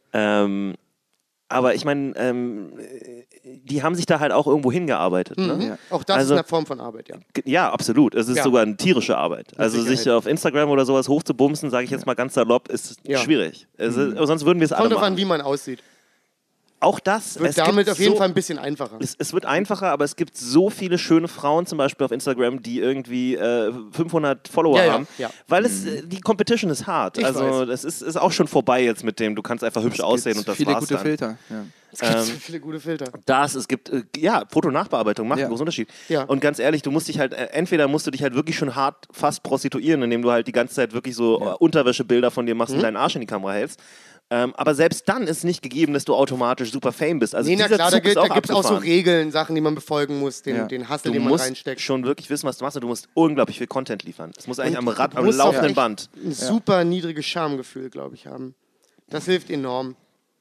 Aber ich meine, die haben sich da halt auch irgendwo hingearbeitet. Ne? Ja. Auch das Also- ist eine Form von Arbeit, ja. Ja, absolut. Es ist Ja. sogar eine tierische Arbeit. Also Sicherheit. sich auf Instagram oder sowas hochzubumsen, sage ich jetzt mal ganz salopp, ist Ja. schwierig. Sonst würden wir es alle Kommt drauf an, machen. wie man aussieht. Auch das. Wird es damit gibt auf jeden so, Fall ein bisschen einfacher. Es wird einfacher, aber es gibt so viele schöne Frauen zum Beispiel auf Instagram, die irgendwie 500 Follower Ja, ja, haben, ja. weil die Competition ist hart. Ich Also weiß. das ist auch schon vorbei jetzt mit dem, du kannst einfach hübsch aussehen und das viele war's gute dann. Filter. Ja. Es gibt so viele gute Filter. Es gibt, Fotonachbearbeitung macht Ja. einen großen Unterschied. Ja. Und ganz ehrlich, du musst dich halt, entweder musst du dich halt wirklich schon hart fast prostituieren, indem du halt die ganze Zeit wirklich so Unterwäschebilder von dir machst Mhm. und deinen Arsch in die Kamera hältst. Aber selbst dann ist nicht gegeben, dass du automatisch super Fame bist. Also Nee, na dieser klar, da Zug ist gibt es auch so abgefahren. Regeln, Sachen, die man befolgen muss, den Hustle, Du den man musst reinsteckt. schon wirklich wissen, was du machst und du musst unglaublich viel Content liefern. Es muss eigentlich Und am du musst auch laufenden echt Band. Ein super niedriges Schamgefühl, glaube ich, haben. Das hilft enorm.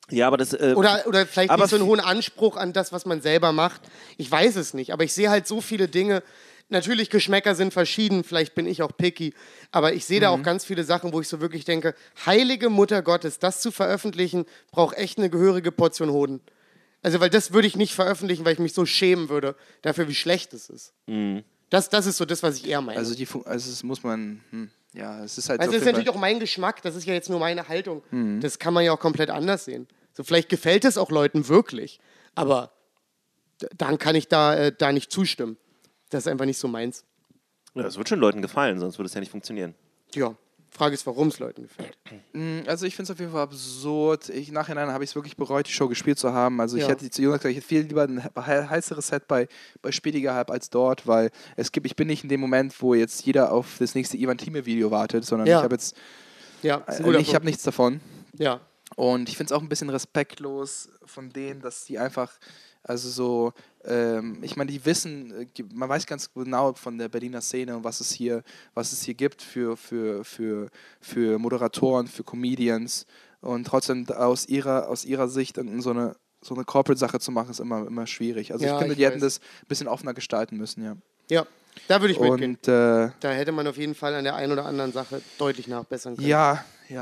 Ja, aber das... Oder vielleicht aber nicht so einen hohen Anspruch an das, was man selber macht. Ich weiß es nicht, aber ich sehe halt so viele Dinge. Natürlich, Geschmäcker sind verschieden, vielleicht bin ich auch picky, aber ich sehe da auch ganz viele Sachen, wo ich so wirklich denke, heilige Mutter Gottes, das zu veröffentlichen, braucht echt eine gehörige Portion Hoden. Also, weil das würde ich nicht veröffentlichen, weil ich mich so schämen würde, dafür, wie schlecht es ist. Das ist so das, was ich eher meine. Also es muss man, ja, es ist halt Also so das ist natürlich auch mein Geschmack, das ist ja jetzt nur meine Haltung. Das kann man ja auch komplett anders sehen. So, vielleicht gefällt es auch Leuten wirklich, aber dann kann ich da nicht zustimmen. Das ist einfach nicht so meins. Ja, das wird schon Leuten gefallen, sonst würde es ja nicht funktionieren. Ja, Frage ist, warum es Leuten gefällt. Also ich finde es auf jeden Fall absurd. Nachhinein habe ich es wirklich bereut, die Show gespielt zu haben. Also ich Ja. hätte zu Jonas gesagt, ich hätte viel lieber ein heißeres Set bei Spiegel gehabt als dort, weil ich bin nicht in dem Moment, wo jetzt jeder auf das nächste Ivan Thieme Video wartet, sondern Ja. ich habe jetzt Ja, ist ein guter ich habe Punkt. nichts davon. Ja. Und ich finde es auch ein bisschen respektlos von denen, dass die einfach, also so, ich meine, die wissen, man weiß ganz genau von der Berliner Szene, was es hier gibt für Moderatoren, für Comedians. Und trotzdem aus ihrer Sicht so eine Corporate-Sache zu machen, ist immer schwierig. Also Ja, ich finde, ich die hätten weiß. das ein bisschen offener gestalten müssen, ja. Ja, da würde ich mitgehen. Und Da hätte man auf jeden Fall an der einen oder anderen Sache deutlich nachbessern können. ja.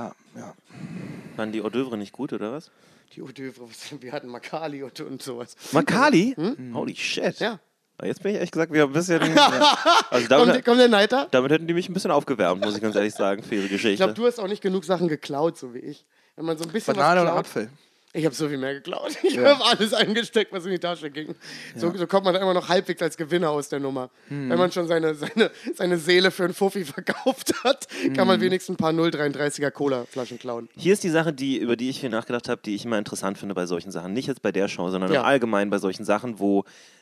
Waren die Hors d'oeuvre nicht gut, oder was? Die Hors d'oeuvre, wir hatten Makali und sowas. Makali? Holy shit. Ja. Jetzt bin ich ehrlich gesagt wieder ein bisschen... Also Kommt der Neiter? damit hätten die mich ein bisschen aufgewärmt, muss ich ganz ehrlich sagen, für ihre Ich Geschichte. glaube, du hast auch nicht genug Sachen geklaut, so wie ich. Wenn man so ein bisschen Banane was oder klaut. Apfel? Ich habe so viel mehr geklaut. Ich habe alles eingesteckt, was in die Tasche ging. So kommt man da immer noch halbwegs als Gewinner aus der Nummer. Wenn man schon seine Seele für einen Fuffi verkauft hat, kann man wenigstens ein paar 0,33er Cola-Flaschen klauen. Hier ist die Sache, über die ich viel nachgedacht habe, die ich immer interessant finde bei solchen Sachen. Nicht jetzt bei der Show, sondern Ja. im Allgemeinen bei solchen Sachen, wo...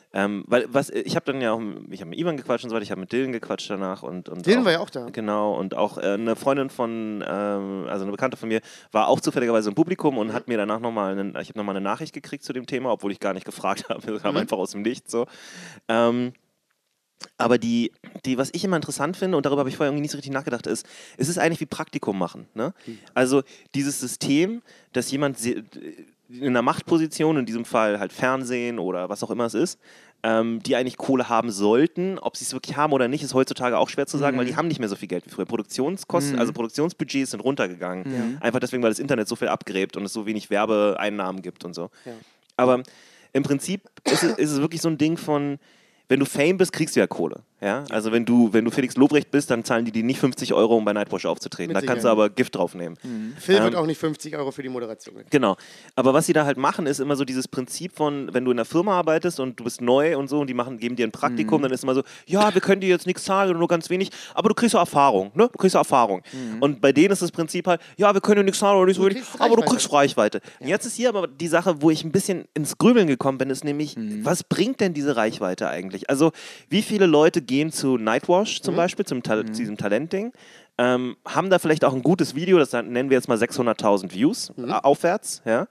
ich habe dann ja auch, ich habe mit Ivan gequatscht und so weiter, ich habe mit Dylan gequatscht danach und Dylan auch, war ja auch da. Genau, und auch eine Freundin also eine Bekannte von mir, war auch zufälligerweise im Publikum und hat mir danach ich habe nochmal eine Nachricht gekriegt zu dem Thema, obwohl ich gar nicht gefragt habe, das kam einfach aus dem Nichts so. Aber was ich immer interessant finde, und darüber habe ich vorher irgendwie nicht so richtig nachgedacht, ist, es ist eigentlich wie Praktikum machen. Ne? Also dieses System, dass jemand in einer Machtposition, in diesem Fall halt Fernsehen oder was auch immer es ist, die eigentlich Kohle haben sollten, ob sie es wirklich haben oder nicht, ist heutzutage auch schwer zu sagen, weil die haben nicht mehr so viel Geld wie früher. Produktionskosten, also Produktionsbudgets sind runtergegangen. Einfach deswegen, weil das Internet so viel abgräbt und es so wenig Werbeeinnahmen gibt und so. Ja. Aber im Prinzip ist es wirklich so ein Ding von, wenn du Fame bist, kriegst du ja Kohle. Ja? Also wenn du Felix Lobrecht bist, dann zahlen die nicht 50 €, um bei Nightwatch aufzutreten. Mit Da kannst du Sicherheit. aber Gift draufnehmen. Phil wird auch nicht 50 € für die Moderation gekriegt. Genau. Aber was sie da halt machen, ist immer so dieses Prinzip von, wenn du in einer Firma arbeitest und du bist neu und so und geben dir ein Praktikum, dann ist immer so, ja, wir können dir jetzt nichts zahlen oder nur ganz wenig, aber du kriegst ja Erfahrung, ne? Du kriegst ja Erfahrung. Und bei denen ist das Prinzip halt, ja, wir können dir nichts zahlen oder nicht so wenig, kriegst aber du Reichweite. kriegst Reichweite. Und jetzt ist hier aber die Sache, wo ich ein bisschen ins Grübeln gekommen bin, ist nämlich, was bringt denn diese Reichweite eigentlich? Also, wie viele Leute gehen zu Nightwatch zum Beispiel, zu diesem Talentding, haben da vielleicht auch ein gutes Video, das nennen wir jetzt mal 600.000 Views aufwärts, ja.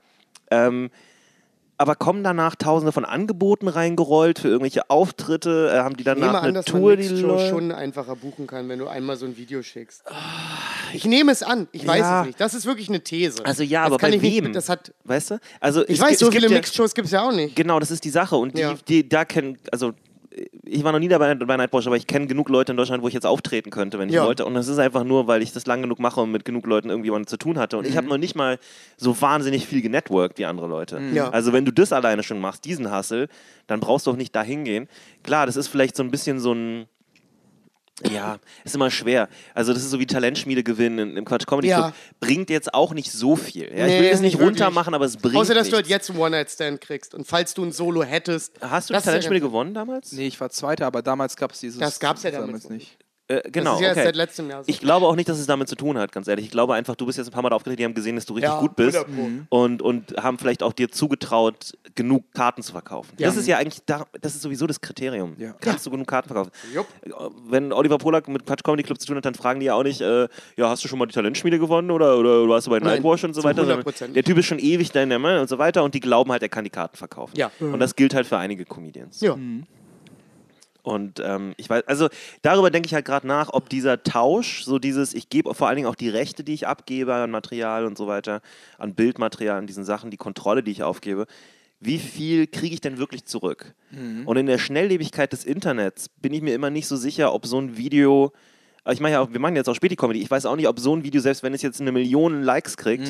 Aber kommen danach Tausende von Angeboten reingerollt für irgendwelche Auftritte? Haben die Ich nehme danach an, eine dass Tour, man die Mixed Show läuft? schon einfacher buchen kann, wenn du einmal so ein Video schickst. Ich nehme es an, ich weiß Ja. es nicht. Das ist wirklich eine These. Also ja, das aber kann bei ich nicht, wem? das hat, Weißt du? Also ich weiß, so gibt viele ja, Mixed Shows gibt es ja auch nicht. Genau, das ist die Sache. Und Ja. also ich war noch nie dabei bei Nightwatch, aber ich kenne genug Leute in Deutschland, wo ich jetzt auftreten könnte, wenn ich Ja. wollte. Und das ist einfach nur, weil ich das lang genug mache und mit genug Leuten irgendwie was zu tun hatte. Und ich habe noch nicht mal so wahnsinnig viel genetworked wie andere Leute. Ja. Also wenn du das alleine schon machst, diesen Hustle, dann brauchst du auch nicht da hingehen. Klar, das ist vielleicht so ein bisschen so ein... Ja, ist immer schwer. Also das ist so wie Talentschmiede gewinnen im Quatsch Comedy Ja. Club. Bringt jetzt auch nicht so viel. Ja? Nee, Ich will es nicht nicht wirklich. runter machen, aber es bringt Außer, dass du halt nichts. jetzt einen One-Night-Stand kriegst. Und falls du ein Solo hättest. Hast du die das ist ja Talentschmiede ganz- gewonnen damals? Nee, ich war Zweiter, aber damals gab es dieses... Das gab's ja damals nicht. Genau, Das ist ja erst okay. seit letztem Jahr so. Ich glaube auch nicht, dass es damit zu tun hat, ganz ehrlich. Ich glaube einfach, du bist jetzt ein paar Mal aufgetreten, die haben gesehen, dass du richtig Ja, gut bist 100 Pro. und haben vielleicht auch dir zugetraut, genug Karten zu verkaufen. Ja. Das ist ja eigentlich, das ist sowieso das Kriterium. Ja. Kannst du genug Karten verkaufen? Jupp. Wenn Oliver Polak mit Quatsch Comedy Club zu tun hat, dann fragen die ja auch nicht, ja, hast du schon mal die Talentschmiede gewonnen oder warst du bei Nein, Nightwatch und so zu weiter. 100% Der Typ ist schon ewig da in der Mann und so weiter und die glauben halt, er kann die Karten verkaufen. Ja. Und das gilt halt für einige Comedians. Ja. Und ich weiß, also darüber denke ich halt gerade nach, ob dieser Tausch, so dieses, ich gebe vor allen Dingen auch die Rechte, die ich abgebe an Material und so weiter, an Bildmaterial, an diesen Sachen, die Kontrolle, die ich aufgebe, wie viel kriege ich denn wirklich zurück? Und in der Schnelllebigkeit des Internets bin ich mir immer nicht so sicher, ob so ein Video, ich meine ja, wir machen jetzt auch Späti-Comedy, ich weiß auch nicht, ob so ein Video, selbst wenn es jetzt 1 Million Likes kriegt,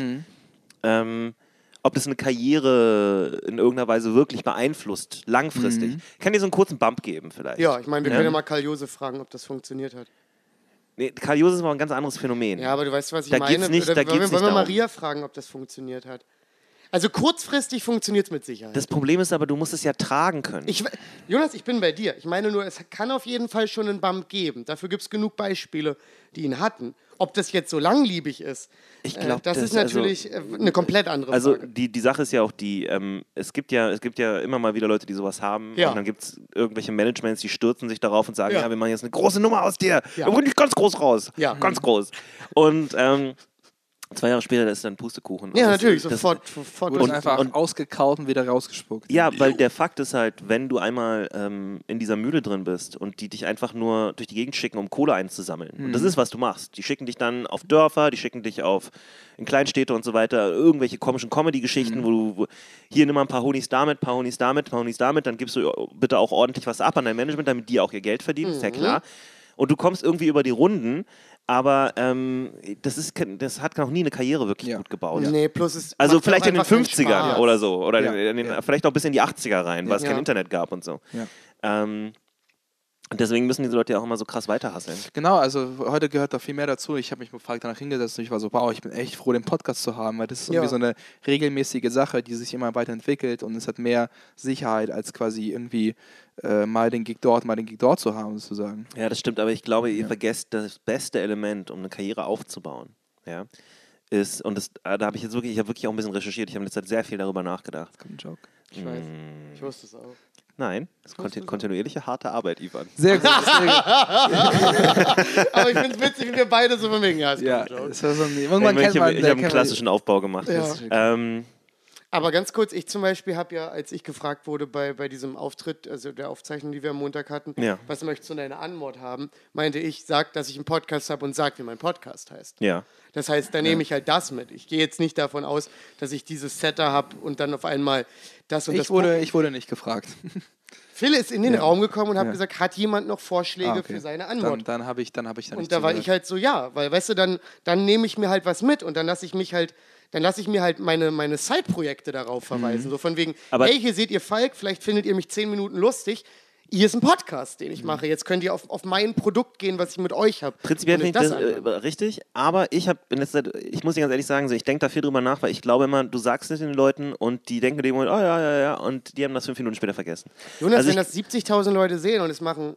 ob das eine Karriere in irgendeiner Weise wirklich beeinflusst, langfristig. Kann dir so einen kurzen Bump geben vielleicht. Ja, ich meine, wir können ja mal Karl Josef fragen, ob das funktioniert hat. Nee, Karl Josef ist aber ein ganz anderes Phänomen. Ja, aber du weißt, was ich Da meine. geht's nicht, da geht's nicht wollen wir darum. Maria fragen, ob das funktioniert hat? Also kurzfristig funktioniert es mit Sicherheit. Das Problem ist aber, du musst es ja tragen können. Jonas, ich bin bei dir. Ich meine nur, es kann auf jeden Fall schon einen Bump geben. Dafür gibt es genug Beispiele, die ihn hatten. Ob das jetzt so langliebig ist, Ich glaub, das ist natürlich eine komplett andere Frage. Also die Sache ist ja auch die, es gibt ja immer mal wieder Leute, die sowas haben Ja. und dann gibt es irgendwelche Managements, die stürzen sich darauf und sagen, Ja. ja, wir machen jetzt eine große Nummer aus dir. Ja. Wir bringen dich ganz groß raus. Ja. Ganz groß. Und 2 Jahre später ist dann Pustekuchen. ja, Und natürlich, das- sofort. Wurde es einfach und- ausgekaut und wieder rausgespuckt. Ja, weil der Fakt ist halt, wenn du einmal in dieser Mühle drin bist und die dich einfach nur durch die Gegend schicken, um Kohle einzusammeln. Und das ist, was du machst. Die schicken dich dann auf Dörfer, die schicken dich in Kleinstädte und so weiter, irgendwelche komischen Comedy-Geschichten, wo hier nimm mal ein paar Honis damit, paar Honis damit, paar Honis damit, dann gibst du bitte auch ordentlich was ab an dein Management, damit die auch ihr Geld verdienen, ist ja klar. Und du kommst irgendwie über die Runden, aber das hat noch nie eine Karriere wirklich gut gebaut. Nee, plus es Also macht vielleicht auch in den einfach keinen 50ern Spaß. oder so. Oder Ja. vielleicht auch bis in die 80er rein, weil es Ja. kein Internet gab und so. Ja. Und deswegen müssen diese Leute ja auch immer so krass weiterhasseln. Genau, also heute gehört da viel mehr dazu. Ich habe mich mit Falk danach hingesetzt und ich war so, wow, ich bin echt froh, den Podcast zu haben, weil das ist irgendwie so eine regelmäßige Sache, die sich immer weiterentwickelt und es hat mehr Sicherheit, als quasi irgendwie mal den Gig dort zu haben, sozusagen. Ja, das stimmt, aber ich glaube, ihr vergesst das beste Element, um eine Karriere aufzubauen. Ja, ist, und da habe ich wirklich auch ein bisschen recherchiert, ich habe in letzter Zeit sehr viel darüber nachgedacht. Kommt ein Joke. Ich weiß. Ich wusste es auch. Nein, das ist kontinuierliche, harte Arbeit, Ivan. Sehr gut, sehr gut. Aber ich finde es witzig, wie wir beide so von wegen, ja, ist Ja, gut, Joke. das war so ein, Ich irgendwann kennt man, habe einen klassischen Aufbau gemacht. Ja. Ähm, Aber ganz kurz, ich zum Beispiel habe ja, als ich gefragt wurde bei diesem Auftritt, also der Aufzeichnung, die wir am Montag hatten, Ja. was möchtest du in deiner Antwort haben, meinte ich, sag, dass ich einen Podcast habe und sag, wie mein Podcast heißt. ja. Das heißt, da nehme ich halt das mit. Ich gehe jetzt nicht davon aus, dass ich dieses Setter habe und dann auf einmal das und das. ich wurde nicht gefragt. Phil ist in den Raum gekommen und hat gesagt, hat jemand noch Vorschläge Okay. für seine Antwort? Dann habe ich da Und nicht da war zugehört. ich halt so, ja, weil, weißt du, dann nehme ich mir halt was mit und dann lasse ich mir halt meine Side-Projekte darauf verweisen. So von wegen, Aber- hey, hier seht ihr Falk, vielleicht findet ihr mich 10 Minuten lustig. Hier ist ein Podcast, den ich mache. Jetzt könnt ihr auf mein Produkt gehen, was ich mit euch habe. Prinzipiell Und finde ich das anhören. richtig, aber ich muss dir ganz ehrlich sagen, so, ich denke da viel drüber nach, weil ich glaube immer, du sagst es den Leuten und die denken in dem Moment, oh ja, und die haben das 5 Minuten später vergessen. Jonas, Also wenn das 70.000 Leute sehen und es machen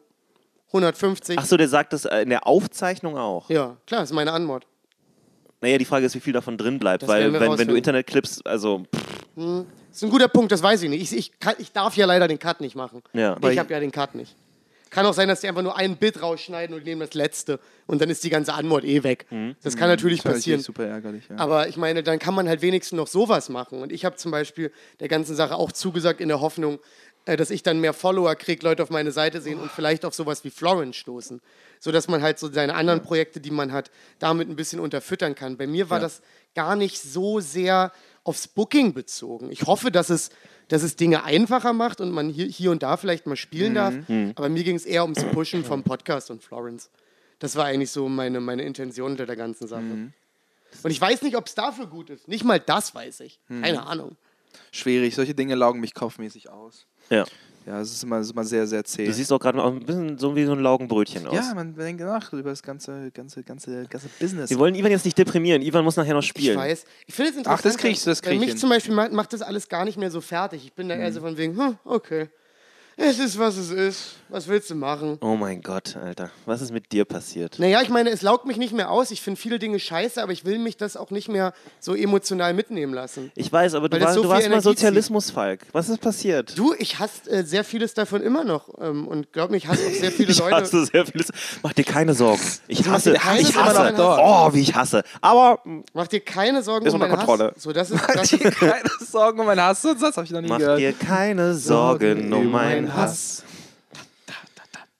150, Achso, der sagt das in der Aufzeichnung auch. ja, klar, ist meine Antwort. Naja, die Frage ist, wie viel davon drin bleibt, Das weil werden wir wenn du rausfinden. Internetclips, also Das ist ein guter Punkt, das weiß ich nicht. Ich darf ja leider den Cut nicht machen. Ja. Ich habe ja den Cut nicht. Kann auch sein, dass die einfach nur ein Bit rausschneiden und nehmen das letzte und dann ist die ganze Antwort weg. Das kann natürlich Das ist passieren. super ärgerlich, ja. Aber ich meine, dann kann man halt wenigstens noch sowas machen. Und ich habe zum Beispiel der ganzen Sache auch zugesagt in der Hoffnung, dass ich dann mehr Follower kriege, Leute auf meine Seite sehen und vielleicht auf sowas wie Florence stoßen. Sodass man halt so seine anderen Projekte, die man hat, damit ein bisschen unterfüttern kann. Bei mir war das gar nicht so sehr aufs Booking bezogen. Ich hoffe, dass es Dinge einfacher macht und man hier und da vielleicht mal spielen darf. Aber mir ging es eher ums Pushen vom Podcast und Florence. Das war eigentlich so meine Intention hinter der ganzen Sache. Und ich weiß nicht, ob es dafür gut ist. Nicht mal das weiß ich. Keine Ahnung. Schwierig, solche Dinge laugen mich kopfmäßig aus. ja. Ja, es ist immer sehr, sehr zäh. Du siehst auch gerade noch ein bisschen so wie so ein Laugenbrötchen aus. Ja, man denkt nach über das ganze Business. Wir wollen Ivan jetzt nicht deprimieren. Ivan muss nachher noch Ich spielen. weiß. Ich finde es interessant. Ach, das kriegst du, das krieg ich Bei mich hin. zum Beispiel macht das alles gar nicht mehr so fertig. Ich bin da eher so von wegen, okay. Es ist, was es ist. Was willst du machen? Oh mein Gott, Alter. Was ist mit dir passiert? Naja, ich meine, es laugt mich nicht mehr aus. Ich finde viele Dinge scheiße, aber ich will mich das auch nicht mehr so emotional mitnehmen lassen. Ich weiß, aber Weil das so du viel warst mal Energie Sozialismus, Falk. Was ist passiert? Du, ich hasse sehr vieles davon immer noch. Und glaub mir, ich hasse auch sehr viele Ich Leute. hasse sehr vieles. Mach dir keine Sorgen. Ich hasse. dir keine Ich Sorgen, hasse. immer noch dort. Oh, wie ich hasse. Aber Mach dir keine Sorgen Ist um unter meinen Kontrolle. Hass. So, das ist, Keine Sorgen um meinen Hass, das habe ich noch nie mach gehört. dir keine Sorgen um meinen Hass.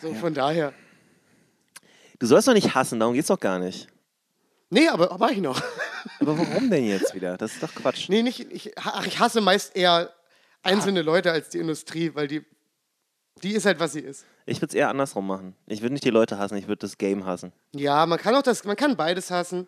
So, von daher. Du sollst doch nicht hassen, darum geht's doch gar nicht. Nee, aber war ich noch. Aber warum denn jetzt wieder? Das ist doch Quatsch. Nee, nicht. Ich hasse meist eher einzelne Leute als die Industrie, weil die ist halt, was sie ist. Ich würde es eher andersrum machen. Ich würde nicht die Leute hassen, ich würde das Game hassen. Ja, man kann beides hassen.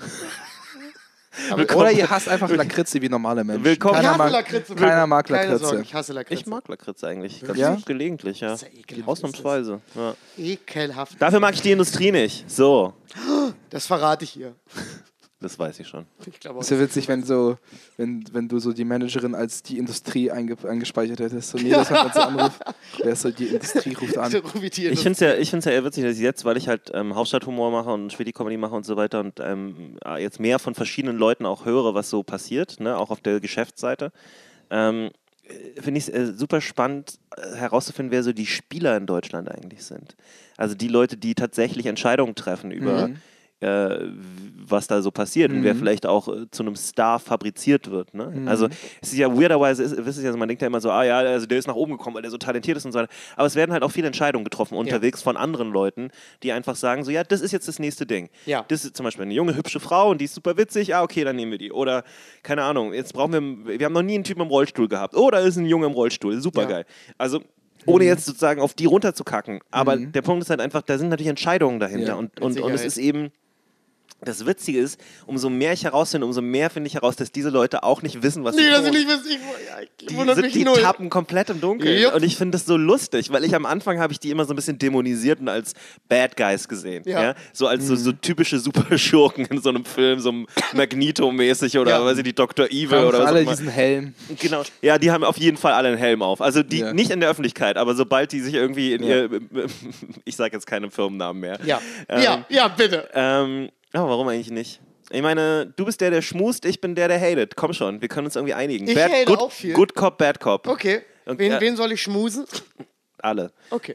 Oder ihr hasst einfach Lakritze wie normale Menschen. Willkommen. Ich Keiner hasse mag, Lakritze. keiner mag Keine Lakritze. Sorge, ich hasse Lakritze. Ich mag Lakritze eigentlich. Ganz Ja? gelegentlich, ja. ist ja ekelhaft, Ausnahmsweise. Ja. Ekelhaft. Dafür mag ich die Industrie nicht. So. Das verrate ich ihr. Das weiß ich schon. Ich glaube auch. Das ist ja witzig, wenn du so die Managerin als die Industrie eingespeichert hättest. So, nee, das hat man so Anruf. Wer ist so, die Industrie ruft an. Ich finde es ja eher witzig, dass ich jetzt, weil ich halt Hauptstadthumor mache und Schwedi-Comedy mache und so weiter und jetzt mehr von verschiedenen Leuten auch höre, was so passiert, ne, auch auf der Geschäftsseite, finde ich es super spannend herauszufinden, wer so die Spieler in Deutschland eigentlich sind. Also die Leute, die tatsächlich Entscheidungen treffen über was da so passiert und wer vielleicht auch zu einem Star fabriziert wird. Ne? Also es ist ja weirderweise, wisst ihr ja, man denkt ja immer so, also der ist nach oben gekommen, weil der so talentiert ist und so weiter. Aber es werden halt auch viele Entscheidungen getroffen unterwegs von anderen Leuten, die einfach sagen so, ja, das ist jetzt das nächste Ding. Ja. Das ist zum Beispiel eine junge, hübsche Frau und die ist super witzig, okay, dann nehmen wir die. Oder, keine Ahnung, jetzt brauchen wir haben noch nie einen Typen im Rollstuhl gehabt. Oh, da ist ein Junge im Rollstuhl, super geil. Also ohne jetzt sozusagen auf die runterzukacken. Aber der Punkt ist halt einfach, da sind natürlich Entscheidungen dahinter. Ja. Und es ist eben, das Witzige ist, umso mehr ich herausfinde, umso mehr finde ich heraus, dass diese Leute auch nicht wissen, was sie dass tun. ich nicht wissen. Die tappen komplett im Dunkeln. Yep. Und ich finde das so lustig, weil am Anfang habe ich die immer so ein bisschen dämonisiert und als Bad Guys gesehen. Ja. Ja? So als so typische Superschurken in so einem Film, so einem Magneto-mäßig oder weiß ich, die Dr. Evil Haben oder alle so. diesen Helm. Genau. Ja, die haben auf jeden Fall alle einen Helm auf. Also die Ja. nicht in der Öffentlichkeit, aber sobald die sich irgendwie in ihr, ich sage jetzt keine Firmennamen mehr. Ja, bitte. Aber warum eigentlich nicht? Ich meine, du bist der schmust, ich bin der hatet. Komm schon, wir können uns irgendwie einigen. Ich hate good, auch viel. Good Cop, Bad Cop. Okay. Und, Wen soll ich schmusen? Alle. Okay.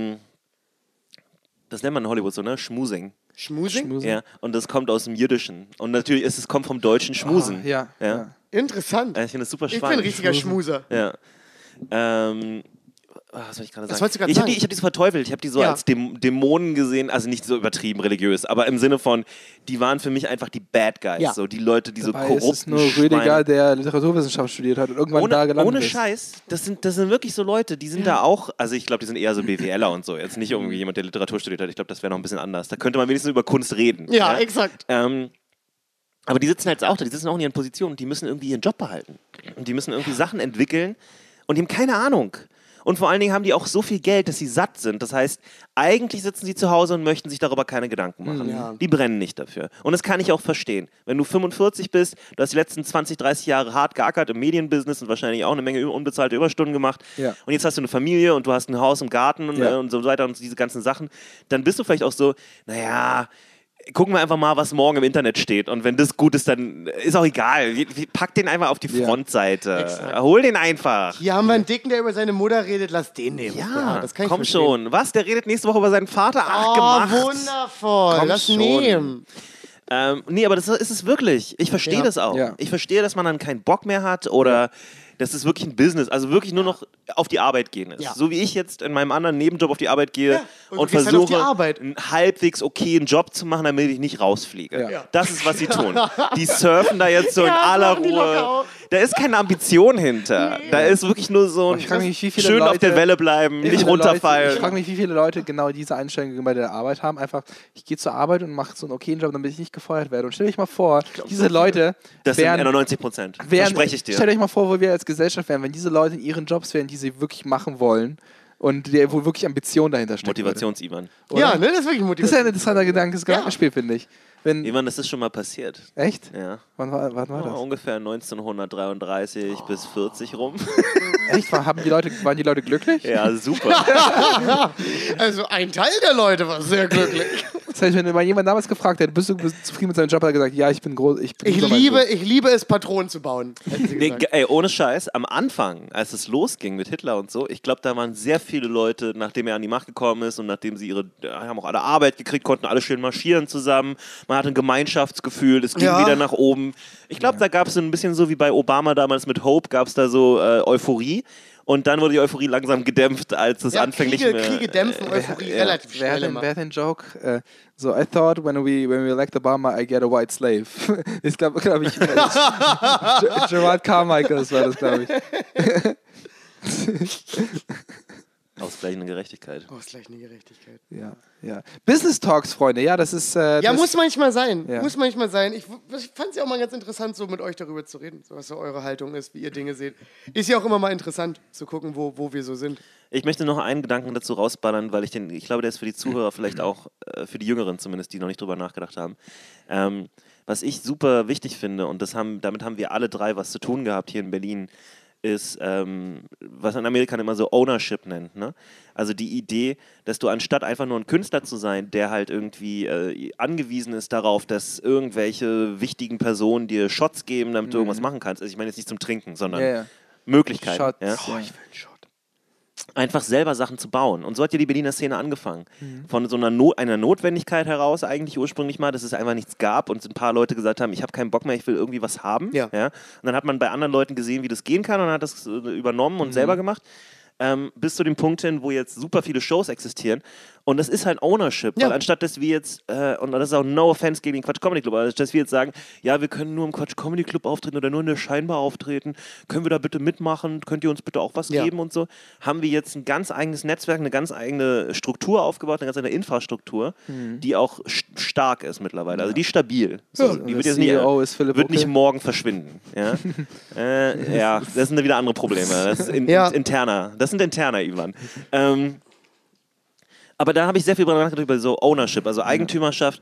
Das nennt man in Hollywood so, ne? Schmusing. Schmusing? Ja, und das kommt aus dem Jüdischen. Und natürlich kommt vom deutschen Schmusen. Ja. Interessant. Ich finde das super Ich bin spannend. ein richtiger Schmuser. Ja. Was soll ich gerade sagen? Was wolltest du gerade Ich habe sagen? die so verteufelt. Ich habe die so als Dämonen gesehen, also nicht so übertrieben religiös, aber im Sinne von, die waren für mich einfach die Bad Guys. Ja. So die Leute, die Dabei so ist korrupt es nur Rüdiger, der Literaturwissenschaft studiert hat und irgendwann da gelandet ohne ist. Scheiß, das sind wirklich so Leute, die sind da auch, also ich glaube, die sind eher so BWLer und so, jetzt nicht irgendwie jemand, der Literatur studiert hat. Ich glaube, das wäre noch ein bisschen anders. Da könnte man wenigstens über Kunst reden. Ja, exakt. Aber die sitzen halt auch da, die sitzen auch in ihren Positionen, die müssen irgendwie ihren Job behalten. Und die müssen irgendwie Sachen entwickeln und die haben keine Ahnung. Und vor allen Dingen haben die auch so viel Geld, dass sie satt sind. Das heißt, eigentlich sitzen sie zu Hause und möchten sich darüber keine Gedanken machen. Ja. Die brennen nicht dafür. Und das kann ich auch verstehen. Wenn du 45 bist, du hast die letzten 20, 30 Jahre hart geackert im Medienbusiness und wahrscheinlich auch eine Menge unbezahlte Überstunden gemacht. Ja. Und jetzt hast du eine Familie und du hast ein Haus im Garten und so weiter und diese ganzen Sachen. Dann bist du vielleicht auch so, naja, gucken wir einfach mal, was morgen im Internet steht. Und wenn das gut ist, dann ist auch egal. Pack den einfach auf die Frontseite. Exakt. Hol den einfach. Hier haben wir einen Dicken, der über seine Mutter redet. Lass den nehmen. Ja, das kann ich komm verstehen. schon. Was? Der redet nächste Woche über seinen Vater? Ach, Oh, gemacht. wundervoll. Komm Lass schon. nehmen. Nee, aber das ist es wirklich. Ich verstehe Ja. das auch. Ja. Ich verstehe, dass man dann keinen Bock mehr hat oder dass es wirklich ein Business, also wirklich nur noch auf die Arbeit gehen ist. Ja. So wie ich jetzt in meinem anderen Nebenjob auf die Arbeit gehe Ja, und und du gehst halt auf die versuche, Arbeit. einen halbwegs okayen Job zu machen, damit ich nicht rausfliege. Ja. Ja. Das ist, was sie tun. Die surfen da jetzt so in Ja, aller machen die locker Ruhe. auch. Da ist keine Ambition hinter. Da ist wirklich nur so ein Ich frage mich, wie viele schön auf Leute- der Welle bleiben, Wie nicht viele runterfallen. Leute, ich frage mich, wie viele Leute genau diese Einstellung bei der Arbeit haben. Einfach, ich gehe zur Arbeit und mache so einen okayen Job, damit ich nicht gefeuert werde. Und stell dich mal vor, diese Leute Das sind wären, 91%. wären, Verspreche ich dir. Stellt euch mal vor, wo wir als Gesellschaft wären, wenn diese Leute in ihren Jobs wären, die sie wirklich machen wollen und wo wirklich Ambition dahinter steckt. Motivations-Ivan. Ja, ne, das ist wirklich Das ist ja Motivation. ein interessanter Gedankenspiel, finde ich. Wenn, Ivan, das ist schon mal passiert. echt? Ja. Wann war Ja, das? ungefähr 1933 bis 40 rum. Echt? Waren die Leute glücklich? Ja, super. Also ein Teil der Leute war sehr glücklich. Das heißt, wenn mal jemand damals gefragt hätte, bist du zufrieden mit seinem Job, hat er gesagt, ja, ich bin groß. Ich liebe es, Patronen zu bauen. hätten sie Nee, gesagt. ey, ohne Scheiß, am Anfang, als es losging mit Hitler und so, ich glaube, da waren sehr viele Leute, nachdem er an die Macht gekommen ist und nachdem sie haben auch alle Arbeit gekriegt, konnten alle schön marschieren zusammen. Man hatte ein Gemeinschaftsgefühl, es ging Ja. wieder nach oben. Ich glaube, da gab es so ein bisschen so wie bei Obama damals mit Hope, gab es da so Euphorie. Und dann wurde die Euphorie langsam gedämpft, als es anfänglich Kriege dämpfen Euphorie relativ Wer schnell hat den Joke? So, I thought when we elect Obama, I get a white slave. Ich glaube ich, Gerard Carmichael, das war das, glaube ich. Ausgleichende Gerechtigkeit. Ausgleichende Gerechtigkeit. Ja. Business Talks, Freunde, ja, das ist... das muss manchmal sein. Ja. Muss manchmal sein. Ich fand es ja auch mal ganz interessant, so mit euch darüber zu reden, so was so eure Haltung ist, wie ihr Dinge seht. Ist ja auch immer mal interessant, zu gucken, wo wir so sind. Ich möchte noch einen Gedanken dazu rausballern, weil ich glaube, der ist für die Zuhörer vielleicht auch, für die Jüngeren zumindest, die noch nicht drüber nachgedacht haben. Was ich super wichtig finde, und damit haben wir alle drei was zu tun gehabt hier in Berlin, ist, was in Amerika immer so Ownership nennt. Ne? Also die Idee, dass du anstatt einfach nur ein Künstler zu sein, der halt irgendwie angewiesen ist darauf, dass irgendwelche wichtigen Personen dir Shots geben, damit du irgendwas machen kannst. Also ich meine jetzt nicht zum Trinken, sondern Möglichkeiten. Shots, ja? Ich will einen Shot. Einfach selber Sachen zu bauen. Und so hat ja die Berliner Szene angefangen. Von so einer Notwendigkeit heraus eigentlich ursprünglich mal, dass es einfach nichts gab und ein paar Leute gesagt haben, ich habe keinen Bock mehr, ich will irgendwie was haben. Ja. Und dann hat man bei anderen Leuten gesehen, wie das gehen kann und hat das übernommen und selber gemacht. Bis zu dem Punkt hin, wo jetzt super viele Shows existieren. Und das ist halt Ownership, weil anstatt, dass wir jetzt, und das ist auch no offense gegen den Quatsch Comedy Club, aber dass wir jetzt sagen, ja, wir können nur im Quatsch Comedy Club auftreten oder nur in der Scheinbar auftreten, können wir da bitte mitmachen, könnt ihr uns bitte auch was geben und so, haben wir jetzt ein ganz eigenes Netzwerk, eine ganz eigene Struktur aufgebaut, eine ganz eigene Infrastruktur, die auch stark ist mittlerweile, also die ist stabil. So, die wird jetzt wird nicht morgen verschwinden. Ja? Das sind wieder andere Probleme. Das ist interner. Das sind interner, Ivan. Aber da habe ich sehr viel drüber nachgedacht, über so Ownership, also Eigentümertum.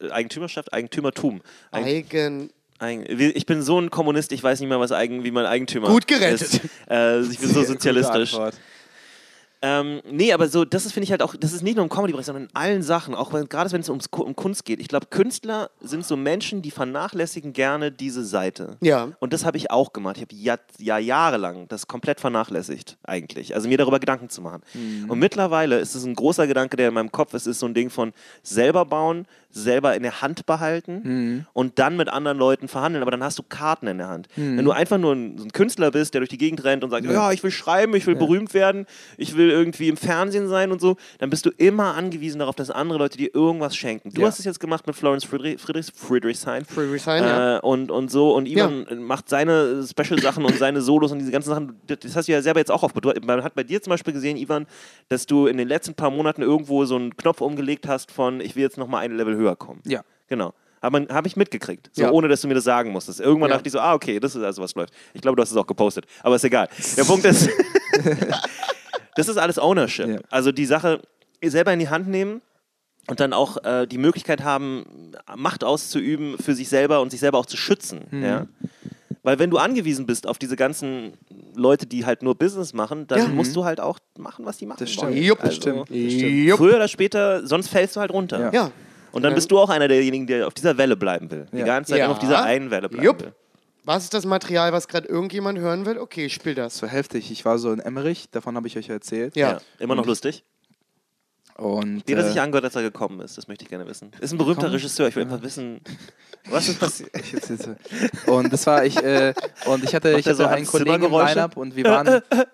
Ich bin so ein Kommunist, ich weiß nicht mehr, wie man Eigentümer Gut gerettet. ist. Ich bin so sozialistisch. Nee, aber so, das ist, finde ich halt auch, das ist nicht nur im Comedy-Bereich, sondern in allen Sachen, auch gerade wenn es um Kunst geht. Ich glaube, Künstler sind so Menschen, die vernachlässigen gerne diese Seite. Ja. Und das habe ich auch gemacht. Ich habe jahrelang das komplett vernachlässigt, eigentlich. Also mir darüber Gedanken zu machen. Und mittlerweile ist es ein großer Gedanke, der in meinem Kopf ist, so ein Ding von selber bauen, selber in der Hand behalten und dann mit anderen Leuten verhandeln, aber dann hast du Karten in der Hand. Wenn du einfach nur ein Künstler bist, der durch die Gegend rennt und sagt, ja, ich will schreiben, ich will berühmt werden, ich will irgendwie im Fernsehen sein und so, dann bist du immer angewiesen darauf, dass andere Leute dir irgendwas schenken. Du hast es jetzt gemacht mit Florence Friedrichshain. Und so, und Ivan macht seine Special-Sachen und seine Solos und diese ganzen Sachen, das hast du ja selber jetzt auch aufgebaut. Man hat bei dir zum Beispiel gesehen, Ivan, dass du in den letzten paar Monaten irgendwo so einen Knopf umgelegt hast von, ich will jetzt nochmal ein Level höher kommen. Ja. Genau. Habe ich mitgekriegt, so ohne dass du mir das sagen musstest. Irgendwann dachte ich so, okay, das ist also was läuft. Ich glaube, du hast es auch gepostet, aber ist egal. Der Punkt ist, das ist alles Ownership. Ja. Also die Sache selber in die Hand nehmen und dann auch die Möglichkeit haben, Macht auszuüben für sich selber und sich selber auch zu schützen. Ja? Weil wenn du angewiesen bist auf diese ganzen Leute, die halt nur Business machen, dann musst du halt auch machen, was die machen wollen. Das stimmt. Früher oder später, sonst fällst du halt runter. Ja. Und dann bist du auch einer derjenigen, der auf dieser Welle bleiben will. Die ganze Zeit immer auf dieser einen Welle bleiben will. Was ist das Material, was gerade irgendjemand hören will? Okay, ich spiel das. So heftig. Ich war so in Emmerich, davon habe ich euch erzählt. Ja. Immer noch lustig. Und wie hat er sich angehört, dass er gekommen ist? Das möchte ich gerne wissen. Ist ein berühmter Regisseur. Ich will einfach wissen, was ist passiert. Und das war ich hatte einen Kollegen im Line-Up und wir waren.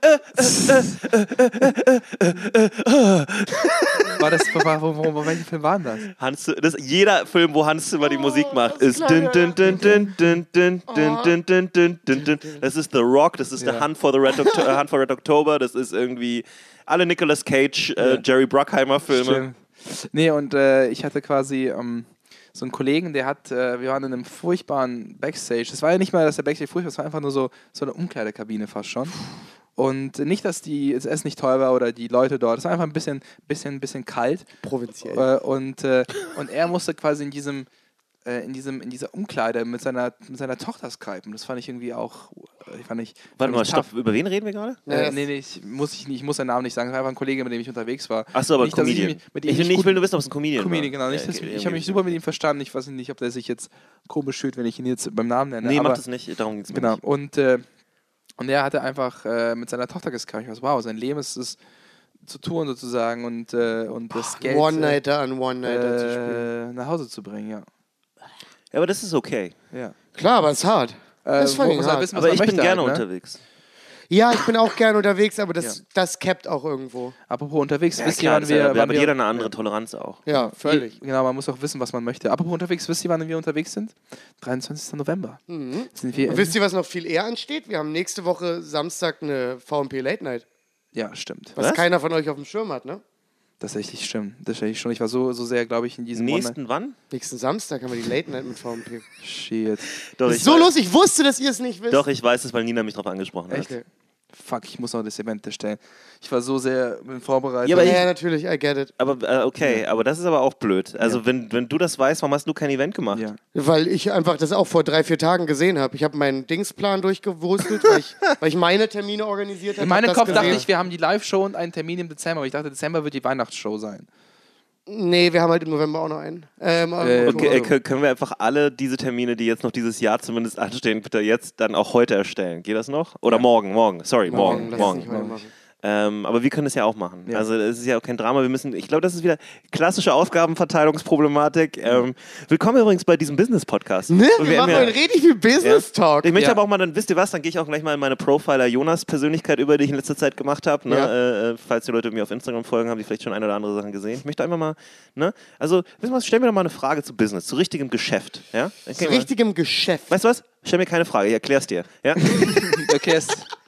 Welcher Film war das? Jeder Film, wo Hans Zimmer die Musik macht, ist din din din din din din din din din din din din. Das ist The Rock, das ist der Hunt for Red October, das ist irgendwie alle Nicolas Cage, Jerry Bruckheimer Filme. Stimmt. Nee, und ich hatte quasi so einen Kollegen, wir waren in einem furchtbaren Backstage. Das war ja nicht mal, dass der Backstage furchtbar war, es war einfach nur so eine Umkleidekabine fast schon. Und nicht, dass das Essen nicht toll war oder die Leute dort, es war einfach ein bisschen kalt. Provinziell. Und er musste quasi in dieser Umkleide mit seiner Tochter skypen. Das fand ich irgendwie auch. Warte mal, stopp, über wen reden wir gerade? Nee, ich muss seinen Namen nicht sagen. Es war einfach ein Kollege, mit dem ich unterwegs war. Achso, aber nicht, Comedian. Ich will nur wissen, ob es ein Comedian war. Comedian, genau. Ich habe mich super mit ihm verstanden. Ich weiß nicht, ob der sich jetzt komisch fühlt, wenn ich ihn jetzt beim Namen nenne. Nee, macht es nicht. Darum geht es mir nicht. Genau. Und er hatte einfach mit seiner Tochter geskypt. Wow, sein Leben ist es zu tun sozusagen und das Geld One-Nighter an One-Nighter zu spielen. Nach Hause zu bringen, ja. Ja, aber das ist okay. Ja. Klar, aber es ist hart. Das ist hart. Aber ich bin gerne unterwegs. Ja, ich bin auch gern unterwegs, aber das cappt auch irgendwo. Apropos unterwegs, wisst ihr, Klar, wann das ist ja wir... bei jeder eine andere Toleranz auch. Ja, völlig. Genau, man muss auch wissen, was man möchte. Apropos unterwegs, wisst ihr, wann wir unterwegs sind? 23. November. Sind wir Und wisst ihr, was noch viel eher ansteht? Wir haben nächste Woche Samstag eine VMP Late Night. Ja, stimmt. Was keiner von euch auf dem Schirm hat, ne? Tatsächlich stimmt. Tatsächlich schon. Ich war so sehr, glaube ich, in diesem Nächsten wann? Nächsten Samstag haben wir die Late Night mit VMP. Shit. Doch, Das ist so lustig, ich wusste, dass ihr es nicht wisst. Doch, ich weiß es, weil Nina mich darauf angesprochen hat. Echt? Fuck, ich muss noch das Event erstellen. Ich war so sehr vorbereitet. Ja, aber Ja, natürlich, I get it. Aber okay, aber das ist aber auch blöd. Also wenn du das weißt, warum hast du kein Event gemacht? Ja. Weil ich einfach das auch vor 3-4 Tagen gesehen habe. Ich habe meinen Dingsplan durchgewurstelt, weil ich meine Termine organisiert habe. In meinem hab Kopf das dachte gesehen. ich, wir haben die Live-Show und einen Termin im Dezember. Aber ich dachte, Dezember wird die Weihnachtsshow sein. Nee, wir haben halt im November auch noch einen. Okay, können wir einfach alle diese Termine, die jetzt noch dieses Jahr zumindest anstehen, bitte jetzt dann auch heute erstellen? Geht das noch? Oder morgen? Sorry, morgen. Lass es nicht heute machen. Aber wir können es ja auch machen. Ja. Also es ist ja auch kein Drama. Ich glaube, das ist wieder klassische Aufgabenverteilungsproblematik. Willkommen übrigens bei diesem Business-Podcast. Ne? Und Wir machen haben heute richtig viel Business-Talk. Ich möchte Ja. aber auch mal, dann wisst ihr was, dann gehe ich auch gleich mal in meine Profiler-Jonas-Persönlichkeit über, die ich in letzter Zeit gemacht habe. Ne? Ja. Falls die Leute mir auf Instagram folgen, haben die vielleicht schon eine oder andere Sachen gesehen. Ich möchte einfach mal, ne? Also, wisst ihr was, stell mir doch mal eine Frage zu Business, zu richtigem Geschäft. Ja? Zu richtigem Geschäft. Weißt du was? Stell mir keine Frage, ich erklär's dir. Ja? Okay,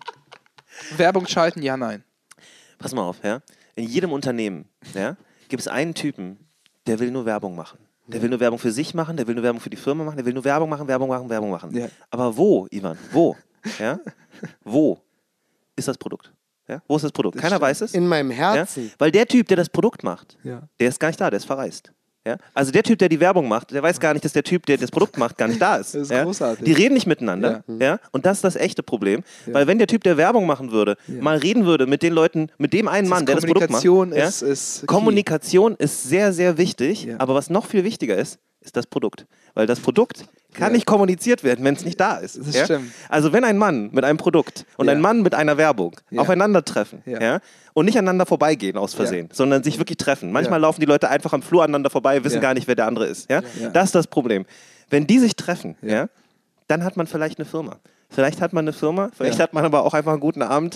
Werbung schalten, ja, nein. Pass mal auf, ja? In jedem Unternehmen, ja, gibt es einen Typen, der will nur Werbung machen. Der will nur Werbung für sich machen, der will nur Werbung für die Firma machen, der will nur Werbung machen. Ja. Aber wo, Ivan? Wo? Ja? Wo ist das Produkt? Ja? Wo ist das Produkt? Keiner weiß es. In meinem Ja? Herzen. Weil der Typ, der das Produkt macht, Ja. der ist gar nicht da, der ist verreist. Ja? Also der Typ, der die Werbung macht, der weiß gar nicht, dass der Typ, der das Produkt macht, gar nicht da ist. Das ist ja? großartig. Die reden nicht miteinander. Ja? Und das ist das echte Problem. Weil wenn der Typ, der Werbung machen würde, mal reden würde mit den Leuten, mit dem einen Mann, der das Produkt macht. Kommunikation Ja? ist key. Kommunikation ist sehr, sehr wichtig. Ja. Aber was noch viel wichtiger ist das Produkt. Weil das Produkt kann nicht kommuniziert werden, wenn es nicht da ist. Das ja? stimmt. Also wenn ein Mann mit einem Produkt und ein Mann mit einer Werbung aufeinandertreffen ja? Und nicht aneinander vorbeigehen aus Versehen, sondern sich wirklich treffen. Manchmal laufen die Leute einfach am Flur aneinander vorbei, wissen gar nicht, wer der andere ist. Ja? Das ist das Problem. Wenn die sich treffen, ja, dann hat man vielleicht eine Firma. Vielleicht hat man eine Firma, vielleicht hat man aber auch einfach einen guten Abend,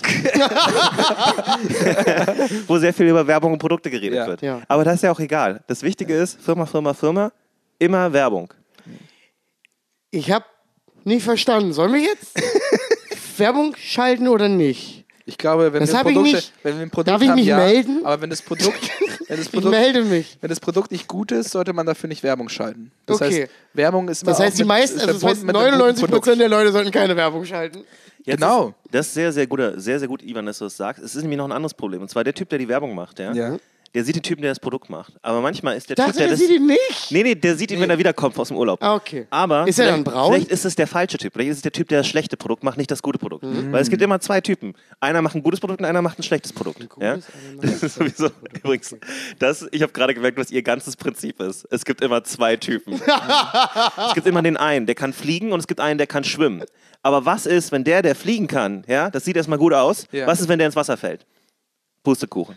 wo sehr viel über Werbung und Produkte geredet wird. Ja. Aber das ist ja auch egal. Das Wichtige ist, Firma, immer Werbung. Ich habe nicht verstanden. Sollen wir jetzt Werbung schalten oder nicht? Ich glaube, wenn Das wir hab ich Produkte, nicht. wenn wir ein Produkt Darf ich haben, mich ja, melden? aber wenn das Produkt, Ich melde mich. wenn das Produkt nicht gut ist, sollte man dafür nicht Werbung schalten. Das Okay. heißt, Werbung ist immer Das heißt, auch also das heißt 99% der Leute sollten keine Werbung schalten. Jetzt Genau. Ist, das ist sehr gut, Ivan, dass du das sagst. Es ist nämlich noch ein anderes Problem. Und zwar der Typ, der die Werbung macht, Ja. der sieht den Typen, der das Produkt macht. Aber manchmal ist der Dachte, Typ, der der das... sieht ihn nicht. Nee, der sieht ihn, wenn er wiederkommt aus dem Urlaub. Ah, okay. Aber Ist er dann vielleicht- braun? Vielleicht ist es der falsche Typ. Vielleicht ist es der Typ, der das schlechte Produkt macht, nicht das gute Produkt. Weil es gibt immer zwei Typen. Einer macht ein gutes Produkt und einer macht ein schlechtes Produkt. Ja? Das ist sowieso, übrigens, ich habe gerade gemerkt, was ihr ganzes Prinzip ist. Es gibt immer zwei Typen. Es gibt immer den einen, der kann fliegen und es gibt einen, der kann schwimmen. Aber was ist, wenn der fliegen kann, ja, das sieht erstmal gut aus, Ja. was ist, wenn der ins Wasser fällt? Pustekuchen.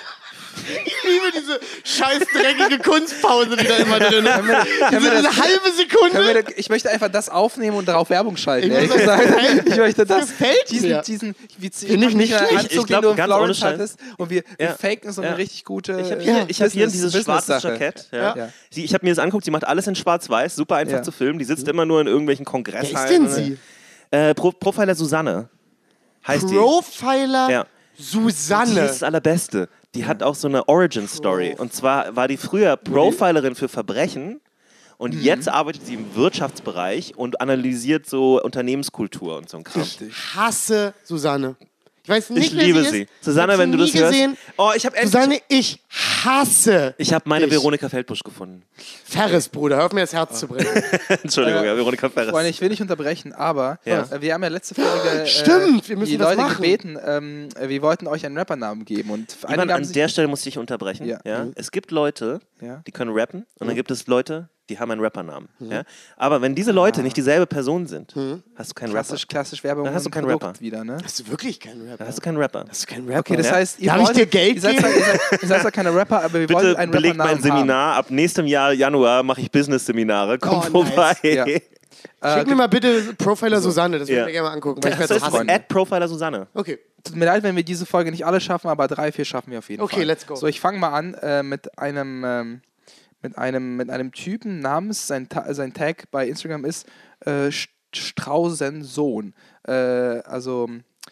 Ich liebe diese scheiß dreckige Kunstpause, die da immer drin ist. Können wir Diese das- halbe Sekunde. Ich möchte einfach das aufnehmen und darauf Werbung schalten. Ich Ehrlich muss sagen, gesagt. Ich möchte das, gefällt mir. diesen Finde ich nicht schlecht. Anzug, Ich glaub, den du in ganz ohne Florence Scheiß. hattest, und wir faken so eine richtig gute Ich habe hier dieses schwarze Business-Sache. Jackett. Ja. Ja. Ich habe mir das angeguckt, sie macht alles in schwarz-weiß, super einfach Ja. zu filmen. Die sitzt immer nur in irgendwelchen Wer Kongresshallen. ist denn sie? Profiler Susanne heißt Profiler die. Ja. Die Susanne. ist das Allerbeste. Die hat auch so eine Origin-Story. Und zwar war die früher Profilerin für Verbrechen und jetzt arbeitet sie im Wirtschaftsbereich und analysiert so Unternehmenskultur und so ein Kram. Hasse Susanne. Ich weiß nicht, Ich liebe wer sie. ist. Susanne, Ich hab wenn du sie das nie hörst. gesehen. Oh, ich habe Susanne, ich hasse Ich habe meine dich. Veronika Feldbusch gefunden. Ferris, Bruder. Hör auf mir das Herz zu brechen. Entschuldigung, ja, Veronika Ferres. Freunde, ich will nicht unterbrechen, aber Ja. Wir haben ja letzte Folge Stimmt, wir müssen die was Leute machen. gebeten, wir wollten euch einen Rappernamen geben. Und Ivan, einige haben an sich, der Stelle muss ich dich unterbrechen. Ja. Ja. Es gibt Leute, Ja. die können rappen und dann gibt es Leute, die haben einen Rappernamen. Ja. Aber wenn diese Leute nicht dieselbe Person sind, hast du keinen Rapper. klassisch Werbung Dann hast du und keinen Produkt Rapper. wieder, ne? Hast du wirklich keinen Rapper? Dann hast du keinen Rapper. Hast du keinen Rapper? Okay, das Ja. heißt, ihr Darf ich wollt- dir Geld ihr seid geben? ihr seid zwar keine Rapper, aber wir wollen Bitte einen belegt mein Rappernamen Seminar. Ab nächstem Jahr, Januar, mache ich Business-Seminare. Komm Oh, vorbei. Ja. Schick mir mal bitte Profiler Susanne, das würde Ja. ich mir gerne mal angucken, weil ich Das werde ist so hassen. @Profiler Susanne. Okay. Tut mir leid, wenn wir diese Folge nicht alle schaffen, aber 3, 4 schaffen wir auf jeden Fall. Okay, let's go. So, ich fange mal an mit einem Typen namens, sein Tag bei Instagram ist Strausensohn. Also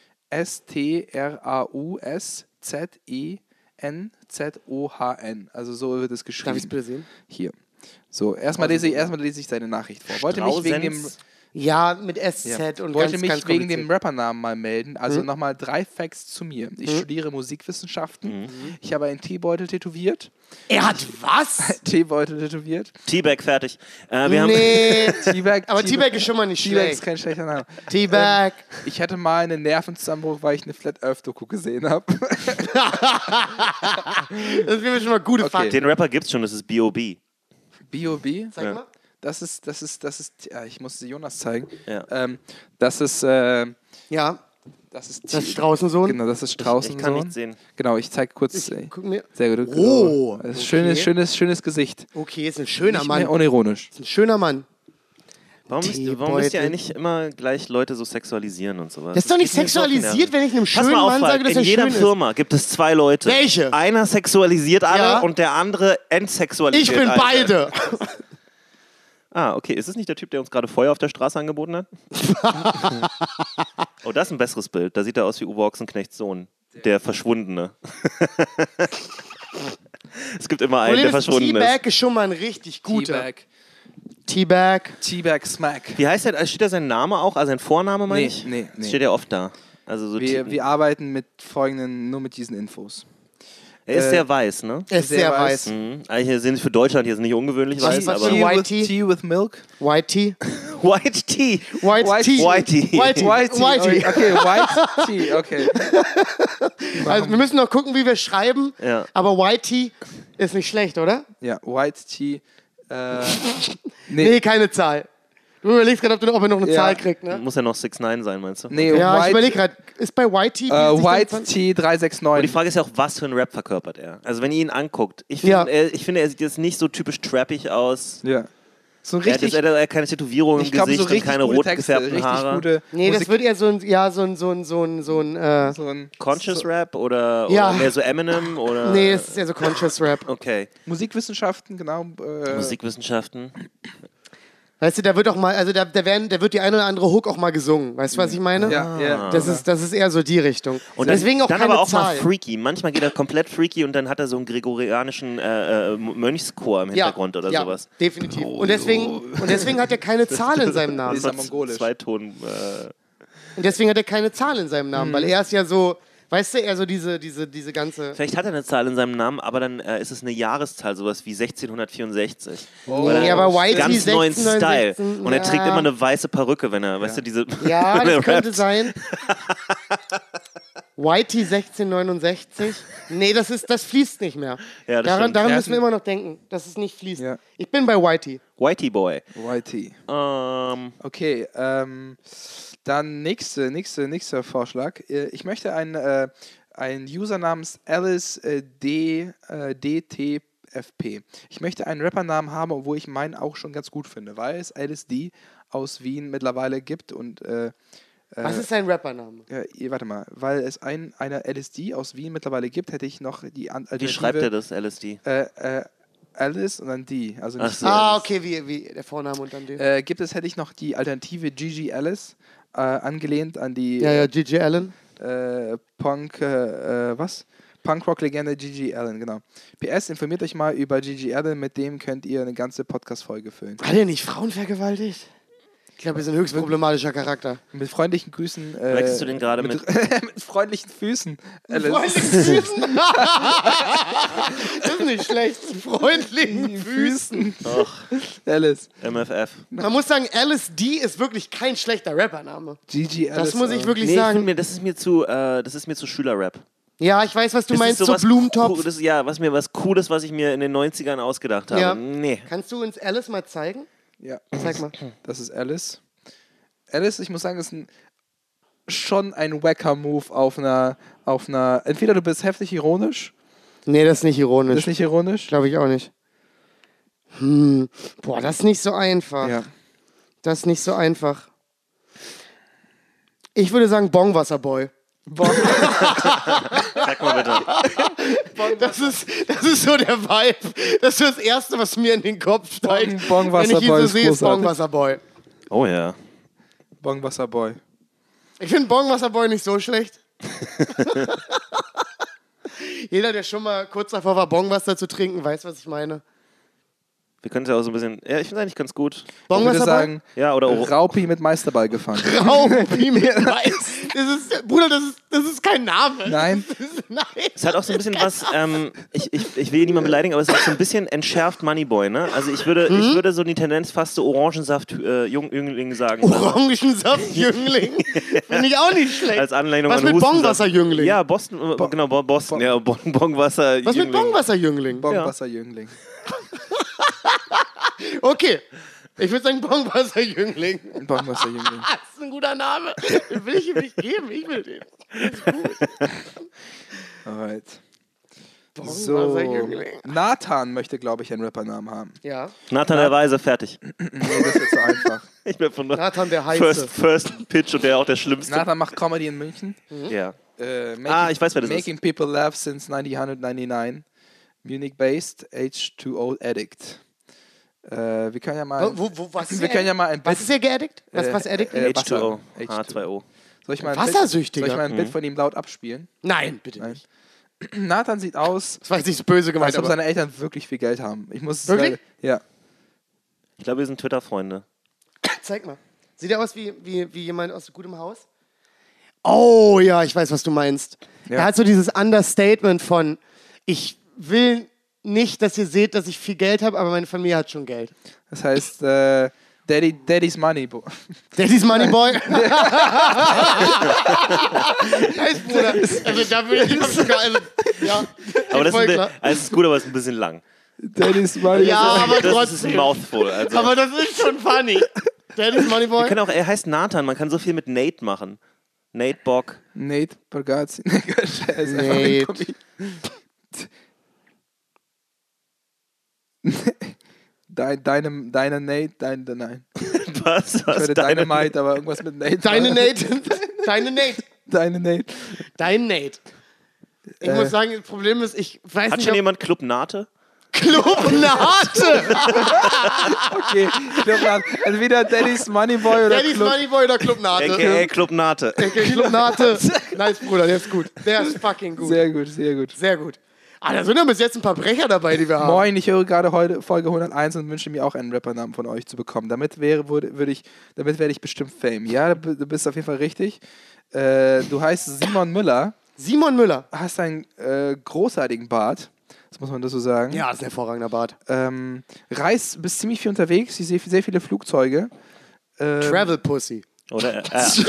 STRAUSZENZOHN. Also so wird es Darf ich es geschrieben. bitte sehen? Hier. So, erstmal lese ich seine Nachricht vor. Wollte mich wegen dem Ja, mit SZ Ja. und Wollte ganz, mich ganz wegen dem kompliziert. Rappernamen mal melden. Also nochmal 3 Facts zu mir. Ich studiere Musikwissenschaften. Ich habe einen Teebeutel tätowiert. Er hat was? Teebeutel tätowiert. Teabag fertig. Wir haben Nee. Teabag, Aber Teabag ist schon mal nicht Teabag ist schlecht. kein schlechter Name. Teabag. Ich hatte mal einen Nervenzusammenbruch, weil ich eine Flat Earth Doku gesehen habe. Das wäre schon mal gute Okay. Fakten. den Rapper gibt's schon, das ist B.O.B. B.O.B. Sag Ja. mal. Das ist, ja, ich muss sie Jonas zeigen. Ja. Das ist Ja, Das ist das ist Straußensohn. Genau, das ist Ich Straußensohn. kann nicht sehen. Genau, ich zeige kurz. Guck mir. Sehr gut. Oh, Das ist okay. schönes Gesicht. Okay, ist ein schöner Nicht Mann. mehr unironisch. Ist ein schöner Mann. Warum müsst ihr Teebeutel. eigentlich immer gleich Leute so sexualisieren und sowas? Das ist doch nicht geht mir so auf die sexualisiert, Nerven. wenn ich einem Pass schönen mal auf, Mann Falk, sage, dass in er jeder schön ist. Firma gibt es 2 Leute. Welche? Einer sexualisiert alle Ja. und der andere entsexualisiert Ich bin alle. beide. Ah, okay. Ist es nicht der Typ, der uns gerade Feuer auf der Straße angeboten hat? Oh, das ist ein besseres Bild. Da sieht er aus wie Uwe Ochsenknechts Sohn. Der Verschwundene. Es gibt immer einen, der verschwunden ist. Teabag ist schon mal ein richtig guter. Teabag. Teabag. Teabag Smack. Wie heißt der? Steht da sein Name auch? Also sein Vorname, meine Nee, ich? nee. Das steht ja oft da. Also so Wir arbeiten nur mit diesen Infos. er ist sehr weiß, ne? Er ist Sehr sehr weiß. weiß. Mhm. Eigentlich sind für Deutschland jetzt nicht ungewöhnlich weiß, was aber für White Tea? Tea with Milk. White Tea. White Tea. White Tea. White Tea. White Tea. White Tea. White Tea. Okay, White Tea, okay. Also wir müssen noch gucken, wie wir schreiben. Ja. Aber White Tea ist nicht schlecht, oder? Ja, White Tea. Nee, keine Zahl. Du überlegst gerade, ob er noch eine Ja. Zahl kriegt, ne? Muss ja noch 6ix9ine sein, meinst du? Nee, Ja, ich White, überlege gerade, ist bei White Tea... White Tea Und die 369. Frage ist ja auch, was für ein Rap verkörpert er? Also wenn ihr ihn anguckt, ich Ja. finde, er sieht jetzt nicht so typisch trappig aus. Ja. So Er richtig, hat keine Tätowierung im ich glaube, Gesicht so richtig und keine gute rot Texte, gefärbten richtig Haare. gute Nee, das Musik. wird eher so ein so ein Conscious Rap oder Ja. mehr so Eminem oder... Nee, das ist eher so Conscious Rap. Okay. Musikwissenschaften, genau. Musikwissenschaften. Weißt du, da wird auch mal, also da wird die eine oder andere Hook auch mal gesungen. Weißt du, was ich meine? Ja, ja. Das ist eher so die Richtung. Und deswegen auch dann keine aber auch Zahl. mal freaky. Manchmal geht er komplett freaky und dann hat er so einen gregorianischen Mönchschor im Hintergrund oder sowas. Definitiv. Und deswegen hat er keine Zahl in seinem Namen. Ist ja mongolisch. Zweiton. Und deswegen hat er keine Zahl in seinem Namen, weil er ist ja so, weißt du, eher so diese ganze... Vielleicht hat er eine Zahl in seinem Namen, aber dann ist es eine Jahreszahl, sowas wie 1664. Nee, aber Whitey Ganz neuen 16, Style. 16, Und er ja. trägt immer eine weiße Perücke, wenn er, weißt du, diese... Ja, wenn er das könnte rappt. sein. Whitey 1669? Nee, das fließt nicht mehr. Ja, das stimmt. daran Ja, müssen wir immer noch denken, dass es nicht fließt. Ja. Ich bin bei Whitey. Whitey Boy. White Tea. Okay. Okay, dann nächster Vorschlag. Ich möchte einen User namens Alice DTFP. Ich möchte einen Rappernamen haben, obwohl ich meinen auch schon ganz gut finde, weil es Alice D aus Wien mittlerweile gibt und Was ist sein Rappername? warte mal, weil es eine LSD aus Wien mittlerweile gibt, hätte ich noch die Alternative. Wie schreibt er das, LSD? Alice und dann die, also Ach nicht so. die Ah, Alice. okay, wie der Vorname und dann den. Hätte ich noch die Alternative Gigi Alice, angelehnt an die ja, Gigi Allen. Punk-Rock-Legende Gigi Allen, genau. PS, informiert euch mal über Gigi Allen, mit dem könnt ihr eine ganze Podcast-Folge füllen. Hat er nicht Frauen vergewaltigt? Ich glaube, wir sind ein höchst problematischer Charakter. Mit freundlichen Grüßen. Wechselst du den gerade mit? mit freundlichen Füßen. Alice. Freundlichen Füßen. Das ist nicht schlecht. Freundlichen Füßen. Alice. MFF. Man muss sagen, Alice D ist wirklich kein schlechter Rappername. Gigi Alice. Das muss ich wirklich Nee, ich sagen. finde das ist mir zu Schülerrap. Ja, ich weiß, was du Das meinst, ist so sowas Blumentopf. was Cooles, was ich mir in den 90ern ausgedacht habe. Ja. Nee. Kannst du uns Alice mal zeigen? Ja, Zeig mal. das ist Alice. Alice, ich muss sagen, ist schon ein wacker Move auf einer. Entweder du bist heftig ironisch. Nee, das ist nicht Das ironisch. ist nicht ironisch. Glaube ich auch nicht. Boah, das ist nicht so einfach. Ja. Das ist nicht so einfach. Ich würde sagen Bongwasserboy. Sag mal bitte. Das ist so der Vibe. Das ist das Erste, was mir in den Kopf steigt. Bongwasserboy wenn ich ihn so ist sehe, ist großartig. Bongwasserboy. Oh ja. Bongwasserboy. Ich finde Bongwasserboy nicht so schlecht. Jeder, der schon mal kurz davor war, Bongwasser zu trinken, weiß, was ich meine. Wir können es ja auch so ein bisschen. Ja, ich finde es eigentlich ganz gut. Ich würde Bongwasserboy? sagen, Ja, oder Raupi mit Meisterball gefangen. Raupi mit Mais. Bruder, das ist kein Name. Nein. Nein. Es hat auch so ein bisschen was, ich will hier niemanden beleidigen, aber es ist auch so ein bisschen entschärft Moneyboy, ne? Also ich würde so die Tendenz fast so Orangensaft-Jüngling sagen. Orangensaft-Jüngling. Finde ich auch nicht schlecht. Als Anlehnung Was an mit Hustensaft. Bongwasser-Jüngling? Ja, Boston, genau, Boston. Ja, Bongwasser-Jüngling. Was mit Bongwasser-Jüngling? Bongwasser-Jüngling. Okay. Ich würde sagen Bongwasser-Jüngling. Bongwasser-Jüngling. Das ist ein guter Name. Den will ich ihm nicht geben. Ich will den. Alright. So. Bongwasser-Jüngling. Nathan möchte, glaube ich, einen Rappernamen haben. Ja. Nathan der Weise, fertig. Nee, das wird zu einfach. Ich bin von Nathan der Heiße. First Pitch und der auch der Schlimmste. Nathan macht Comedy in München. Ja. Ich weiß, wer das ist. Making People Laugh since 1999. Munich-based, H2O Addict. Wir können ja mal... wir können ja mal ein Was ist er geaddict? Was addict? H2O. Wasser. H2O. Soll ich mal Wassersüchtiger? ein Bild von ihm laut abspielen? Nein, bitte Nein. nicht. Nathan sieht aus, Das war jetzt nicht so böse gemeint, als ob aber... seine Eltern wirklich viel Geld haben. Ich muss Wirklich? Ja. Ich glaube, wir sind Twitter-Freunde. Zeig mal. Sieht er aus wie jemand aus gutem Haus? Oh ja, ich weiß, was du meinst. Ja. Er hat so dieses Understatement von, ich will nicht, dass ihr seht, dass ich viel Geld habe, aber meine Familie hat schon Geld. Das heißt, Daddy's Money. Daddy's Money Boy. Nice, Bruder. Also da würde ich sogar... Also, ja, Aber das voll ist, klar. also es ist gut, aber es ist ein bisschen lang. Daddy's Money. Ja, aber Das ist ein trotzdem. Mouthful. Also. Aber das ist schon funny. Daddy's Money Boy. Er heißt Nathan, man kann so viel mit Nate machen. Nate Bock. Nate Bargatze. Nate. Deine Nate, nein. Was? Ich würde Dynamite, aber irgendwas mit Nate. Deine Nate. Deine Nate. Deine Nate. Dein Nate. Ich muss sagen, das Problem ist, ich weiß Hat nicht, schon ob... jemand Club Nate? Club Nate. Okay, Club Nate. Entweder Daddy's Money Boy oder Daddy's Club. Money Boy oder Club Nate. A.k.a. Club Nate. Okay, Club Nate. Nice, Bruder, der ist gut. Der ist fucking gut. Sehr gut, sehr gut. Sehr gut. Ah, da sind ja bis jetzt ein paar Brecher dabei, die wir haben. Moin, ich höre gerade heute Folge 101 und wünsche mir auch einen Rappernamen von euch zu bekommen. Damit werde ich bestimmt Fame. Ja, du bist auf jeden Fall richtig. Du heißt Simon Müller, Simon Müller. hast einen großartigen Bart. Das muss man das so sagen. Ja, das ist ein hervorragender Bart. Bist ziemlich viel unterwegs. Ich sehe sehr viele Flugzeuge. Travel Pussy. Oder?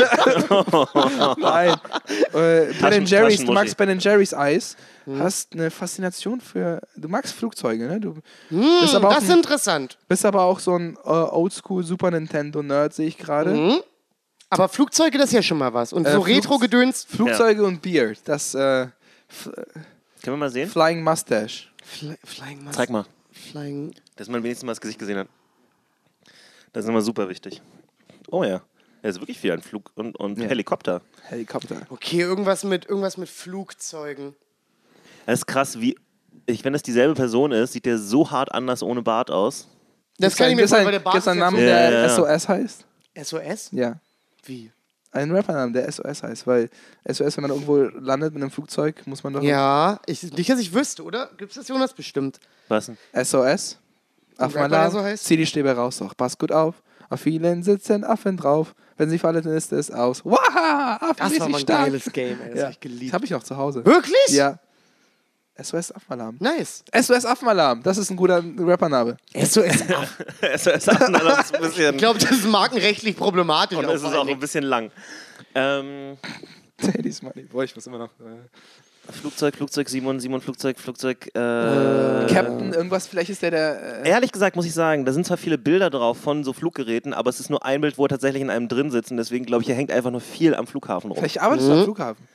Nein. Ben Jerry's, du Taschenmuschi. magst Ben Jerry's Eis. Hast eine Faszination für. Du magst Flugzeuge, ne? Du bist, aber auch Das ist interessant. bist aber auch so ein Oldschool Super Nintendo Nerd, sehe ich gerade. Aber Flugzeuge, das ist ja schon mal was. Und so Retro-Gedöns. Flugzeuge und Beard. Das Können wir mal sehen? Flying Mustache. Flying Zeig mal. Flying. Dass man wenigstens mal das Gesicht gesehen hat. Das ist immer super wichtig. Oh ja. Er ist wirklich wie ein Flug und Helikopter. Helikopter. Okay, irgendwas mit Flugzeugen. Das ist krass, wenn das dieselbe Person ist, sieht der so hart anders ohne Bart aus. Das kann ich mir vorstellen, weil der Bart Gibt es einen ist Namen, jetzt der Ja. SOS heißt? so SOS? Ja. Wie? Ein Rappernamen, der SOS heißt. Weil SOS, wenn man irgendwo landet mit einem Flugzeug, muss man doch... Ja, nicht, dass ich wüsste, oder? Gibt es das, Jonas? Bestimmt. Was denn? SOS. Auf Rapper, Alarm. der so heißt? Zieh die Stäbe raus, doch. Pass gut auf. Auf vielen sitzen Affen drauf. Wenn sie fallen, ist es aus. Waha! Affen Das war mal ein stark. geiles Game, ey. Das Ja. hab ich geliebt. Das habe ich noch zu Hause. Wirklich? Ja. SOS Affenalarm. Nice. SOS Affenalarm. Das ist ein guter Rappername. SOS. Es ist auch ein bisschen. Ich glaube, das ist markenrechtlich problematisch. Und es ist auch ein bisschen lang. Daddy's Money. Boah, ich muss immer noch... Flugzeug, Simon, Flugzeug. Captain, irgendwas, vielleicht ist der... Ehrlich gesagt muss ich sagen, da sind zwar viele Bilder drauf von so Fluggeräten, aber es ist nur ein Bild, wo er tatsächlich in einem drin sitzt. Und deswegen glaube ich, er hängt einfach nur viel am Flughafen rum. Vielleicht arbeitest du am Flughafen.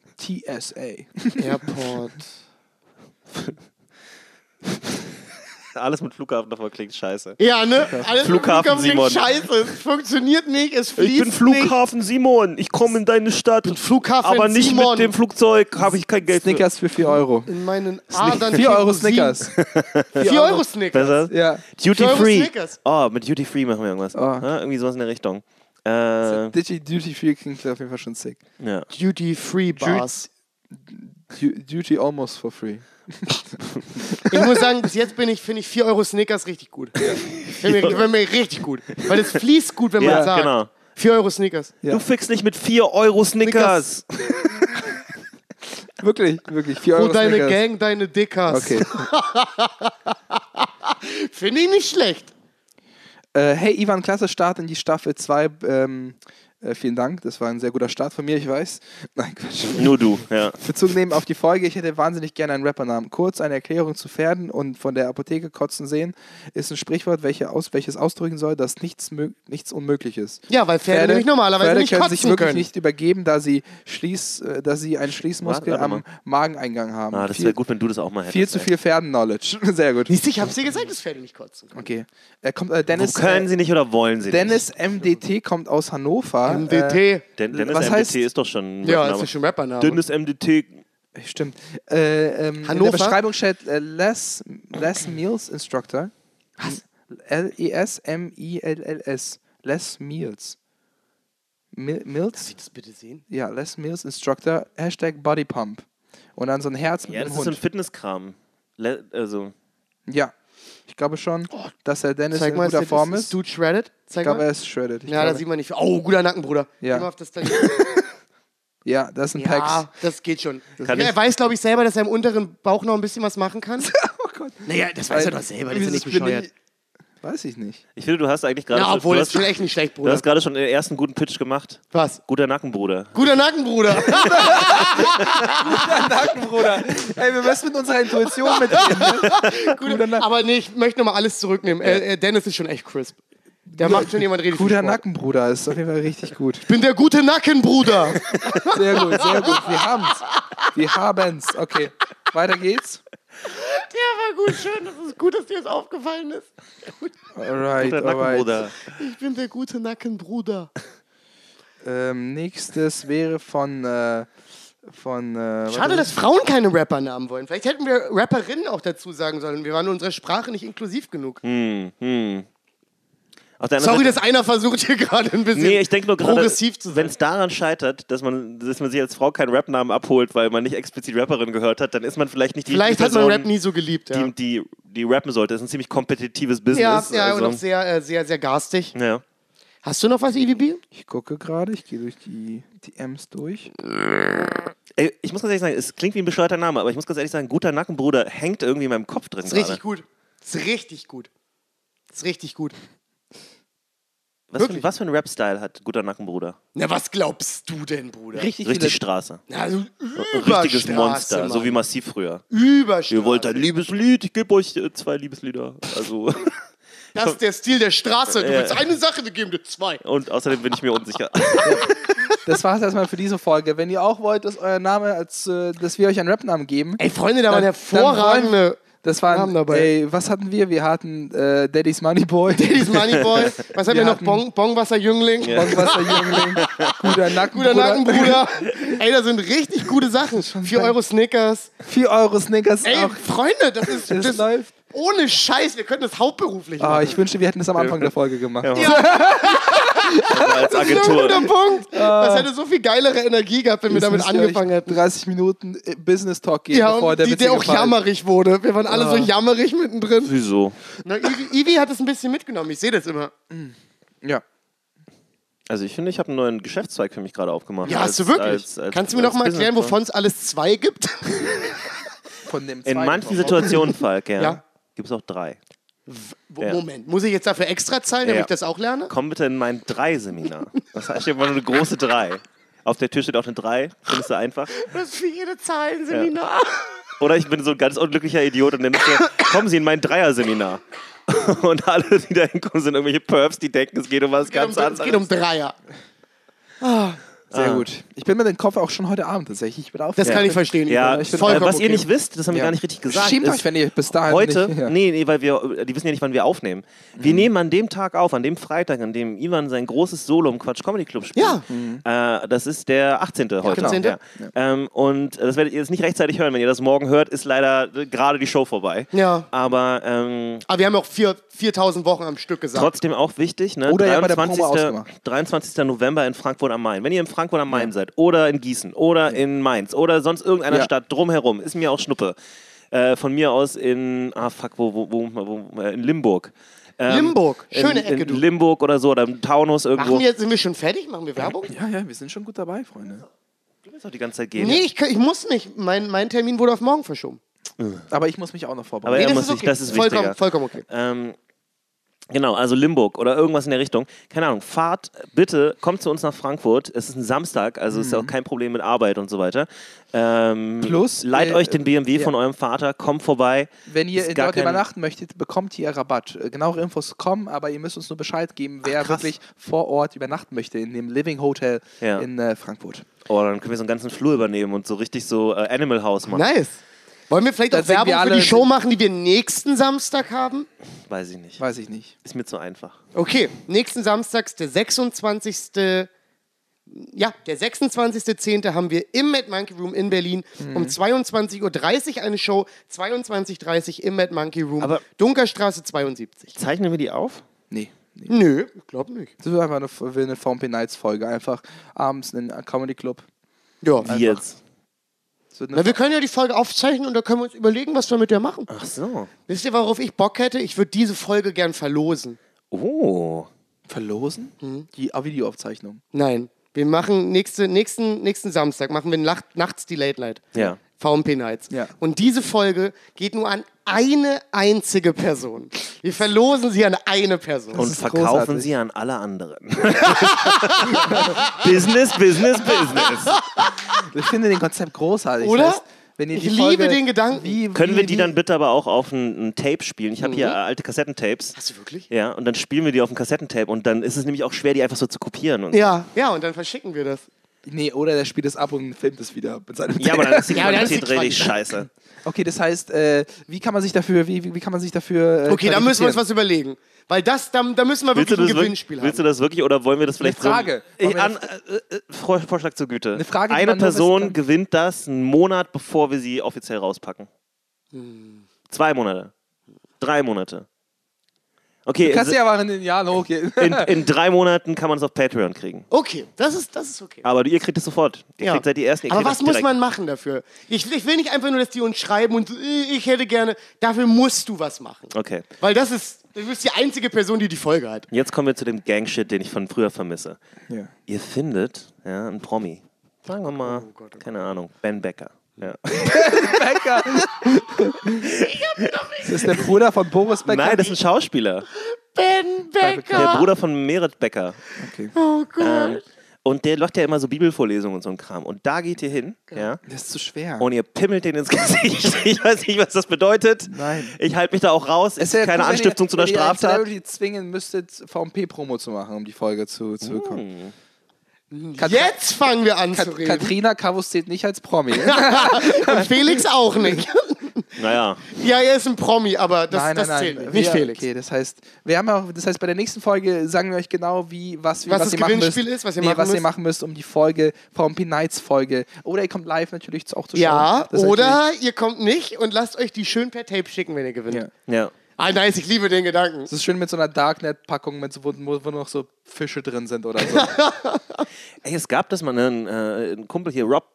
TSA. Airport. Alles mit Flughafen davor klingt scheiße. Ja, ne? Alles Flughafen klingt Simon. Scheiße. Es funktioniert nicht, es fließt Ich bin Flughafen Simon. Ich komme in deine Stadt. Flughafen aber nicht Simon. mit dem Flugzeug. Habe ich kein Geld Snickers für 4 Euro. nicht. In meinen Adern 4 Euro Kerosin. Snickers. 4 Euro Snickers. Besser? Ja. Duty 4 Euro Free. Snickers. Oh, mit Duty Free machen wir irgendwas. Oh. Ja, irgendwie sowas in der Richtung. Duty Free klingt auf jeden Fall schon sick. Ja. Duty-Free Bars. Duty almost for free. Ich muss sagen, bis jetzt finde ich 4 Euro Snickers richtig gut. Finde mir richtig gut. Weil es fließt gut, wenn man Ja, sagt. genau. 4 Euro Snickers. Ja. Du fickst nicht mit 4 Euro Snickers. Wirklich, 4 Euro Wo deine Snickers. Gang, deine Dickers. Okay. Finde ich nicht schlecht. Hey Ivan, klasse Start in die Staffel 2. Vielen Dank, das war ein sehr guter Start von mir, ich weiß. Nein, Quatsch. Nur du, ja. Bezug nehmen auf die Folge, ich hätte wahnsinnig gerne einen Rappernamen. Kurz eine Erklärung zu Pferden und von der Apotheke kotzen sehen ist ein Sprichwort, welches ausdrücken soll, dass nichts unmöglich ist. Ja, weil Pferde nämlich normalerweise Pferde nicht können kotzen sich wirklich können. nicht übergeben, da sie einen Schließmuskel Warte am mal. Mageneingang haben. Ah, das wäre gut, wenn du das auch mal hättest. Viel zu viel Pferden-Knowledge. Sehr gut. Siehst du, ich hab's dir gesagt, dass Pferde nicht kotzen können. Okay. Er kommt, Wo Dennis, können sie nicht oder wollen sie Dennis MDT kommt aus Hannover. MDT. nicht? Dennis was MDT heißt- ist doch schon ein Ja, Rappername. das ist schon ein Rappername. Dennis MDT. Stimmt. In der Hannover? Beschreibung steht Les Mills Instructor. Was? Lesmills. Les Mills. Mills? Darf ich das bitte sehen? Ja, Les Mills Instructor. #Bodypump. Und dann so ein Herz mit Ja, das einem ist so ein Hund. Fitnesskram. Also, Ja, ich glaube schon, dass der Dennis Zeig in mal, guter Form ist ist. Dude shredded? Ich Zeig glaube, mal. er ist shredded. Ich Ja, da glaube. sieht man nicht viel. Oh, guter Nacken, Bruder. Ja. Geh mal auf das da. Ja, das sind Ja, Packs. das geht schon. Kann Ja, ich- er weiß, glaube ich, selber, dass er im unteren Bauch noch ein bisschen was machen kann. Oh Gott. Naja, das weiß er doch selber. Das ist ja nicht Bin bescheuert. Weiß ich nicht. ich finde, du hast eigentlich gerade Ja, schon, obwohl, du das ist schon hast, echt nicht schlecht, du Bruder. hast gerade schon den ersten guten Pitch gemacht. Was? Guter Nacken, Bruder. Guter Nacken, Bruder. Bruder. Ey, wir müssen mit unserer Intuition mitreden. Ne? Guter Nacken. Aber nee, ich möchte nochmal alles zurücknehmen. Dennis ist schon echt crisp. Der macht schon jemand richtig Guter viel Sport. Nackenbruder ist auf jeden Fall richtig gut. Ich bin der gute Nackenbruder. Sehr gut, sehr gut. Wir haben's. Okay, weiter geht's. Ja, war gut, schön. Das ist gut, dass dir das aufgefallen ist. Alright, Guter Nacken, alright. Bruder. Ich bin der gute Nackenbruder. Nächstes wäre von Schade, dass Frauen keine Rappernamen wollen. Vielleicht hätten wir Rapperinnen auch dazu sagen sollen. Wir waren in unserer Sprache nicht inklusiv genug. Auf der anderen Sorry, Seite- dass einer versucht, hier gerade ein bisschen Nee, ich denke nur gerade, progressiv zu wenn sein. es daran scheitert, dass man sich als Frau keinen Rapnamen abholt, weil man nicht explizit Rapperin gehört hat, dann ist man vielleicht nicht die Vielleicht hat Person, man Rap nie so geliebt. Ja, die rappen sollte. Das ist ein ziemlich kompetitives ja, Business. ja und also, auch sehr, sehr, sehr garstig. ja. Hast du noch was, EVB? Ich gucke gerade, ich gehe durch die DMs durch. Ey, ich muss ganz ehrlich sagen, es klingt wie ein bescheuerter Name, aber ich muss ganz ehrlich sagen, guter Nackenbruder hängt irgendwie in meinem Kopf drin. Das ist richtig gerade. gut. Das ist richtig gut. Das ist richtig gut. Was für ein Rap-Style hat guter Nackenbruder? Na, was glaubst du denn, Bruder? Richtig Straße. Na, so Ein richtiges Überstraße, Monster, so Mann. wie Massiv früher. Überstraße. Ihr wollt ein Liebeslied, ich gebe euch 2 Liebeslieder. Also Das ist der Stil der Straße. Du Ja. willst eine Sache, wir geben dir 2. und außerdem bin ich mir unsicher. Das war's erstmal für diese Folge. Wenn ihr auch wollt, dass euer Name dass wir euch einen Rap-Namen geben. Ey, Freunde, da waren Dann hervorragende Das waren, Namen dabei. ey, was hatten wir? Wir hatten Daddy's Moneyboy. Daddy's Moneyboy. Was haben wir noch? hatten- Bongwasser-Jüngling. Bongwasser-Jüngling. Guter Guter Nackenbruder. Nackenbruder. Ey, da sind richtig gute Sachen. 4 Euro Snickers. 4 Euro Snickers. Ey, Auch. Freunde, das ist Das das läuft. ohne Scheiß. Wir könnten das hauptberuflich Ah, machen. ich wünschte, wir hätten das am Anfang der Folge gemacht. Ja. Ja, Als das ist ein Agentur. guter Punkt. Das hätte so viel geilere Energie gehabt, wenn wir damit Jetzt müsst ihr angefangen euch hätten. 30 Minuten Business Talk geben, Ja, bevor der und der auch witzige Fall- jammerig wurde. Wir waren alle so jammerig mittendrin. Wieso? Na, Ivi hat es ein bisschen mitgenommen. Ich sehe das immer. Ja. Also ich finde, ich habe einen neuen Geschäftszweig für mich gerade aufgemacht. Ja, hast du wirklich? Kannst du mir noch mal erklären, wovon es alles 2 gibt? Von dem In zweiten manchen Wochen. Situationen, Falk, Ja. gibt es auch 3. Ja. Moment, muss ich jetzt dafür extra zahlen, damit Ja. ich das auch lerne? Komm bitte in mein 3-Seminar. Das heißt, ich habe nur eine große 3. Auf der Tür steht auch eine 3. Findest du einfach? Das ist für jede Zahl ein Seminar. Oder ich bin so ein ganz unglücklicher Idiot und dann ist der, kommen Sie in mein 3er-Seminar. Und alle, die da hinkommen, sind irgendwelche Perps, die denken, es geht um was ganz Es anderes. geht um Dreier. Sehr gut. Ich bin mit dem Kopf auch schon heute Abend tatsächlich. Ich bin Das kann ich verstehen. Ja, Ivan. Vollkommen was ihr okay. nicht wisst, das haben wir gar nicht richtig gesagt. Schämt ist, euch, wenn ihr bis dahin heute, nicht... Ja. nee, weil die wissen ja nicht, wann wir aufnehmen. Wir nehmen an dem Tag auf, an dem Freitag, an dem Ivan sein großes Solo im Quatsch Comedy Club spielt. Ja. Das ist der 18. heute. 18.. Ja. Und das werdet ihr jetzt nicht rechtzeitig hören. Wenn ihr das morgen hört, ist leider gerade die Show vorbei. Ja. Aber Aber wir haben auch 4000 Wochen am Stück gesagt. trotzdem auch wichtig, ne? Oder ja bei der Promo ausgemacht. 23. November in Frankfurt am Main. Wenn ihr in Frankfurt am Main seid oder in Gießen oder in Mainz oder sonst irgendeiner Stadt drumherum, ist mir auch Schnuppe. Von mir aus in, in Limburg. Limburg, schöne Ecke, in du. Limburg oder so, oder im Taunus irgendwo. Sind wir schon fertig? Machen wir Werbung? Ja, wir sind schon gut dabei, Freunde. Du willst doch die ganze Zeit gehen. Nee, ich muss nicht. Mein Termin wurde auf morgen verschoben. Aber ich muss mich auch noch Aber vorbereiten. er das muss ist sich, okay. das ist wichtiger. Vollkommen okay. Genau, also Limburg oder irgendwas in der Richtung. Keine Ahnung, fahrt bitte, kommt zu uns nach Frankfurt. Es ist ein Samstag, also ist ja auch kein Problem mit Arbeit und so weiter. Plus, leiht euch den BMW von eurem Vater, kommt vorbei. Wenn ihr Ist gar dort kein- übernachten möchtet, bekommt ihr Rabatt. Genauere Infos kommen, aber ihr müsst uns nur Bescheid geben, wer wirklich vor Ort übernachten möchte in dem Living Hotel Ja. in Frankfurt. Oh, dann können wir so einen ganzen Flur übernehmen und so richtig so Animal House machen. Nice. Wollen wir vielleicht Dann auch sind wir Werbung für alle- die Show machen, die wir nächsten Samstag haben? Weiß ich nicht. Weiß ich nicht. Ist mir zu einfach. Okay, nächsten Samstags, der 26. Ja, der 26.10. haben wir im Mad Monkey Room in Berlin um 22.30 Uhr eine Show, 22.30 Uhr im Mad Monkey Room, Aber- Dunkerstraße 72. Zeichnen wir die auf? Nee. Nö, ich glaube nicht. Das ist einfach eine VMP Nights Folge. Einfach abends in einen Comedy Club. Ja. Wie jetzt? Es wird Na, eine wir können ja die Folge aufzeichnen und da können wir uns überlegen, was wir mit der machen. Ach so. Wisst ihr, worauf ich Bock hätte? Ich würde diese Folge gern verlosen. Oh. verlosen? Die Videoaufzeichnung. Nein, wir machen nächsten Samstag machen wir nachts die Late Night. Ja. VMP Nights. Ja. Und diese Folge geht nur an eine einzige Person. Wir verlosen sie an eine Person. Und ist verkaufen großartig. sie an alle anderen. Business, Business, Business. Ich finde den Konzept großartig. Oder? Das heißt, wenn ihr Ich die liebe Folge, den Gedanken. Können wir die dann bitte aber auch auf ein Tape spielen? Ich habe hier alte Kassettentapes. Hast du wirklich? Ja, und dann spielen wir die auf ein Kassettentape und dann ist es nämlich auch schwer, die einfach so zu kopieren. Und Ja, und dann verschicken wir das. Nee, oder der spielt es ab und filmt es wieder mit seinem ja, aber dann ist die Ja, dann ist die Qualität richtig Qualität. scheiße. Okay, das heißt, wie kann man sich dafür Okay, da müssen wir uns was überlegen. Weil da müssen wir wirklich ein Gewinnspiel willst du haben. das wirklich oder wollen wir das vielleicht Frage. so... Wollen wir Vorschlag zur Güte. Eine Frage, die Eine man nur wissen Person kann. gewinnt das einen Monat, bevor wir sie offiziell rauspacken. 2 Monate. 3 Monate. Okay, Du kannst ja aber in den Jahren hochgehen. in 3 Monaten kann man es auf Patreon kriegen. Okay, das ist okay. Aber ihr kriegt es sofort. Ihr kriegt seid die Ersten. Ihr Aber kriegt was das muss direkt. man machen dafür? Ich will nicht einfach nur, dass die uns schreiben und ich hätte gerne, dafür musst du was machen. Okay. Weil du bist die einzige Person, die die Folge hat. Jetzt kommen wir zu dem Gang-Shit, den ich von früher vermisse. Ja. Ihr findet einen Promi. Sagen wir mal, Oh keine Ahnung, Ben Becker. Ja. Becker. Das ist der Bruder von Boris Becker. Nein, das ist ein Schauspieler. Ben Becker! Der Bruder von Merit Becker. Okay. Oh Gott. Und der läuft ja immer so Bibelvorlesungen und so ein Kram. Und da geht ihr hin, ja, Das ist zu schwer. und ihr pimmelt den ins Gesicht. Ich weiß nicht, was das bedeutet. Nein. Ich halte mich da auch raus. Es ist wäre keine cool, Anstiftung zu einer wenn ihr einen Straftat. Celebrity zwingen müsstet, VMP-Promo zu machen, um die Folge zu bekommen. Jetzt fangen wir an zu reden. Katrina Kavus zählt nicht als Promi. Und Felix auch nicht. Naja. Ja, er ist ein Promi, aber das zählt nicht. Nicht Wir- Felix. Okay, das heißt, bei der nächsten Folge sagen wir euch genau, was das ihr machen Gewinnspiel müsst. ist, was ihr Nee, machen müsst. machen müsst, um die Folge, VMP Nights Folge. Oder ihr kommt live natürlich auch zu schauen. Ja, Das ist oder ihr kommt nicht und lasst euch die schön per Tape schicken, wenn ihr gewinnt. Ja. Ja. Ah, nice, ich liebe den Gedanken. Das ist schön mit so einer Darknet-Packung, wo noch so Fische drin sind oder so. Ey, es gab das mal einen Kumpel hier, Rob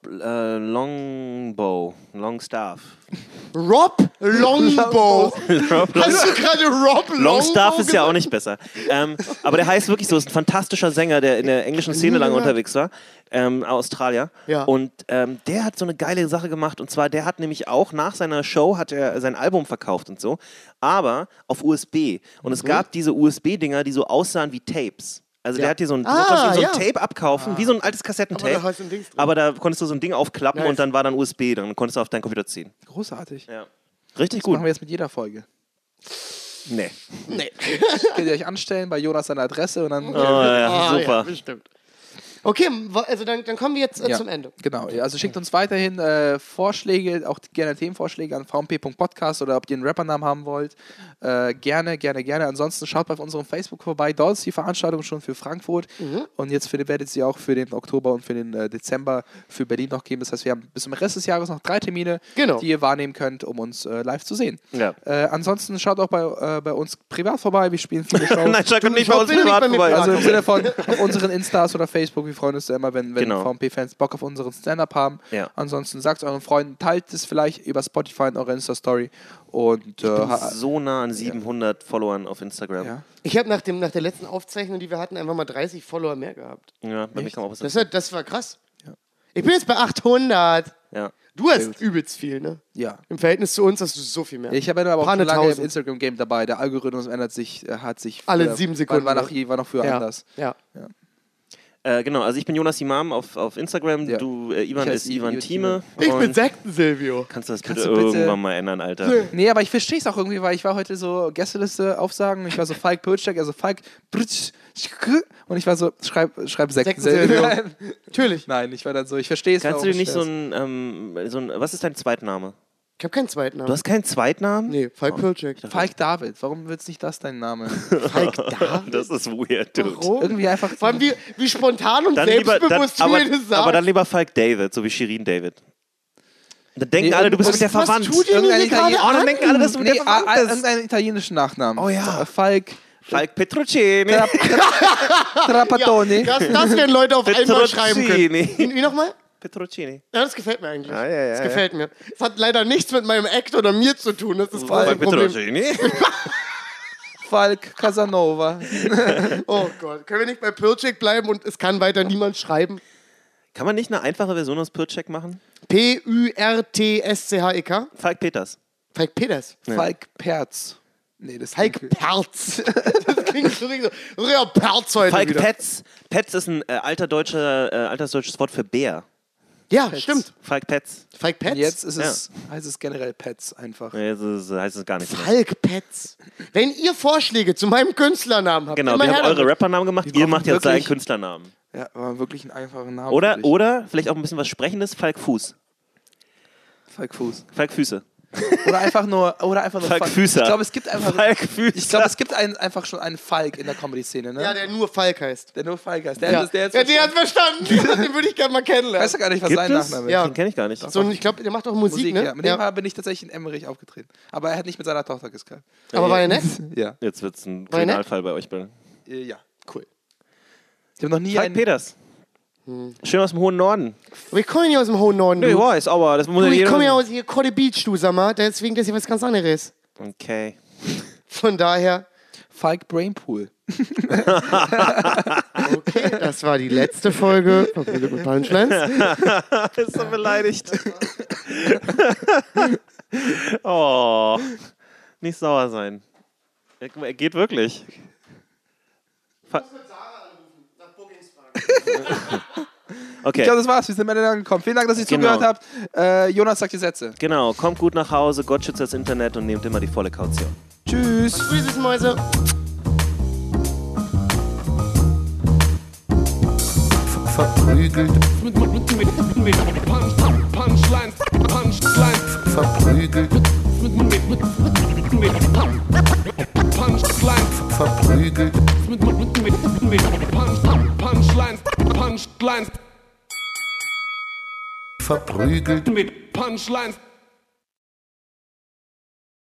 Longstaff. Rob Longbow. Hast du gerade Rob Longbow Longstaff ist ja auch gesagt? nicht besser. Aber der heißt wirklich so, ist ein fantastischer Sänger, der in der englischen Szene lange unterwegs war. Australier. Ja. Und der hat so eine geile Sache gemacht. Und zwar, der hat nämlich auch nach seiner Show hat er sein Album verkauft und so. Aber auf USB. Und es gab diese USB-Dinger, die so aussahen wie Tapes. Also der hat dir so ein, du konntest ihm so ein Tape abkaufen, wie so ein altes Kassettentape. Aber da hast du ein Dings drin. Aber da konntest du so ein Ding aufklappen Nice. und dann war dann USB. Dann konntest du auf deinen Computer ziehen. Großartig. Ja. Richtig Das gut. machen wir jetzt mit jeder Folge. Nee. Nee. Könnt ihr euch anstellen bei Jonas seiner Adresse und dann. Oh, ja, Ah, super. Ja, bestimmt. Okay, also dann kommen wir jetzt zum Ende. Genau, also schickt uns weiterhin Vorschläge, auch gerne Themenvorschläge an vmp.podcast oder ob ihr einen Rappernamen haben wollt. Gerne. Ansonsten schaut bei unserem Facebook vorbei. Dort ist die Veranstaltung schon für Frankfurt. Und jetzt werdet sie auch für den Oktober und für den Dezember für Berlin noch geben. Das heißt, wir haben bis zum Rest des Jahres noch 3 Termine, die ihr wahrnehmen könnt, um uns live zu sehen. Ja. Ansonsten schaut auch bei uns privat vorbei. Wir spielen viele Shows. Nein, schaut nicht bei uns privat vorbei. Also im Sinne von auf unseren Instas oder Facebook. Wir freuen uns ja immer, wenn VMP-Fans Bock auf unseren Stand-Up haben. Ja. Ansonsten sagt es euren Freunden, teilt es vielleicht über Spotify in eurer Insta-Story. Und so nah an 700 Followern auf Instagram. ja. Ich habe nach der letzten Aufzeichnung, die wir hatten, einfach mal 30 Follower mehr gehabt. Ja, bei mir kann man auch was Das war krass. Ja. Ich bin jetzt bei 800. Ja. Du hast übelst viel, ne? Ja. Im Verhältnis zu uns hast du so viel mehr. Ich habe ja aber auch schon lange im 1000. Instagram-Game dabei. Der Algorithmus hat sich alle 7 Sekunden. War noch früher anders. Ja. Genau, also ich bin Jonas Imam auf Instagram, Ja. du, Ivan Ich ist heiße Ivan Thieme. Ich bin Und Sekten-Silvio. kannst du das Kannst bitte du bitte- irgendwann mal ändern, Alter? Nee, aber ich verstehe es auch irgendwie, weil ich war heute so Gästeliste aufsagen. Ich war so Falk Pürczek, also Falk Pürczek. Und ich war so, schreib Sekten-Silvio. Nein. Natürlich. Nein, ich war dann so, ich verstehe es. Kannst du warum dir nicht es so ein, was ist dein Zweitname? Ich habe keinen zweiten Du Namen. hast keinen Zweitnamen? Nee, Falk Pürczek. Falk David, warum wird es nicht das dein Name? Falk David? Das ist weird, dude. Warum? Irgendwie einfach. Vor allem wie spontan und Dann lieber, selbstbewusst du mir das sagst. aber dann lieber Falk David, so wie Shirin David. Dann denken alle, du bist mit der was verwandt. tut ihr mir hier gerade Oh, dann an? denken alle, dass du mit der verwandt bist. irgendeinen italienischen Nachnamen. Oh ja. Falk Falk Petrocini. Trapattoni. Das werden Leute auf einmal schreiben können. Petrocini. Wie nochmal? Petrocini. Ja, das gefällt mir eigentlich. Ja. Das gefällt mir. Das hat leider nichts mit meinem Act oder mir zu tun. Das ist das große Falk Problem. Petrocini. Falk Casanova. Oh Gott. Können wir nicht bei Pürczek bleiben und es kann weiter niemand schreiben? Kann man nicht eine einfache Version aus Pürczek machen? P-Ü-R-T-S-C-H-E-K? Falk Peters. Falk Peters. Falk Perz. Nee, das Falk Perz. Das klingt so richtig so. Ja, Perz heute Falk wieder. Petz. Petz ist ein altersdeutsches Wort für Bär. Ja, stimmt. Falk Petz. Falk Petz? Und jetzt ist heißt es generell Pets einfach. Nee, das heißt es gar nicht mehr. Falk Petz. Wenn ihr Vorschläge zu meinem Künstlernamen habt, Genau, immer wir her haben eure damit. Rappernamen gemacht, ihr brauchen macht jetzt seinen wirklich- Künstlernamen. Ja, aber wirklich einen einfachen Namen. Oder vielleicht auch ein bisschen was Sprechendes, Falk Fuß. Falk Fuß. Falk Füße. Oder einfach nur Falk Füßer. Ich glaube, es gibt einfach. Falk Füßer. Ich glaube, es gibt einfach schon einen Falk in der Comedy-Szene, ne? Ja, der nur Falk heißt. der nur Falk heißt. Ja, Der der hat verstanden. Den würde ich gerne mal Ich kennenlernen. weiß ja gar nicht, was Gibt sein es? Nachname ist. Ja. Den kenne ich gar nicht. So, und ich glaube, der macht auch Musik, ne? ja. Mit dem bin ich tatsächlich in Emmerich aufgetreten. Aber er hat nicht mit seiner Tochter geskypt. Aber war er nett? Ja. Jetzt wird es ein War er nett? Kriminalfall bei euch. Ja, cool. Ich habe noch nie Falk einen. Peters. Schön aus dem hohen Norden. Aber ich komme ja nicht aus dem hohen Norden. Nee, ich Du. weiß, aber das muss ja Ich jeder komme ja wissen. aus hier Cotte Beach, du sag mal. Deswegen das ist ja was ganz anderes. Okay. Von daher, Falk Brainpool. okay, das war die letzte Folge von Brille mit Punchlines. Ist so beleidigt. Oh. Nicht sauer sein. Er geht wirklich. Okay. Ich glaube, das war's. Wir sind am Ende angekommen. Vielen Dank, dass ihr Genau. zugehört habt. Jonas sagt die Sätze. Genau, kommt gut nach Hause, Gott schützt das Internet und nehmt immer die volle Kaution. Tschüss. Grüße, Mäuse. Verprügelt, Punchlines, verprügelt, Punchlines, verprügelt. Punchlines, Punchlines, Verprügelt. mit Punchlines.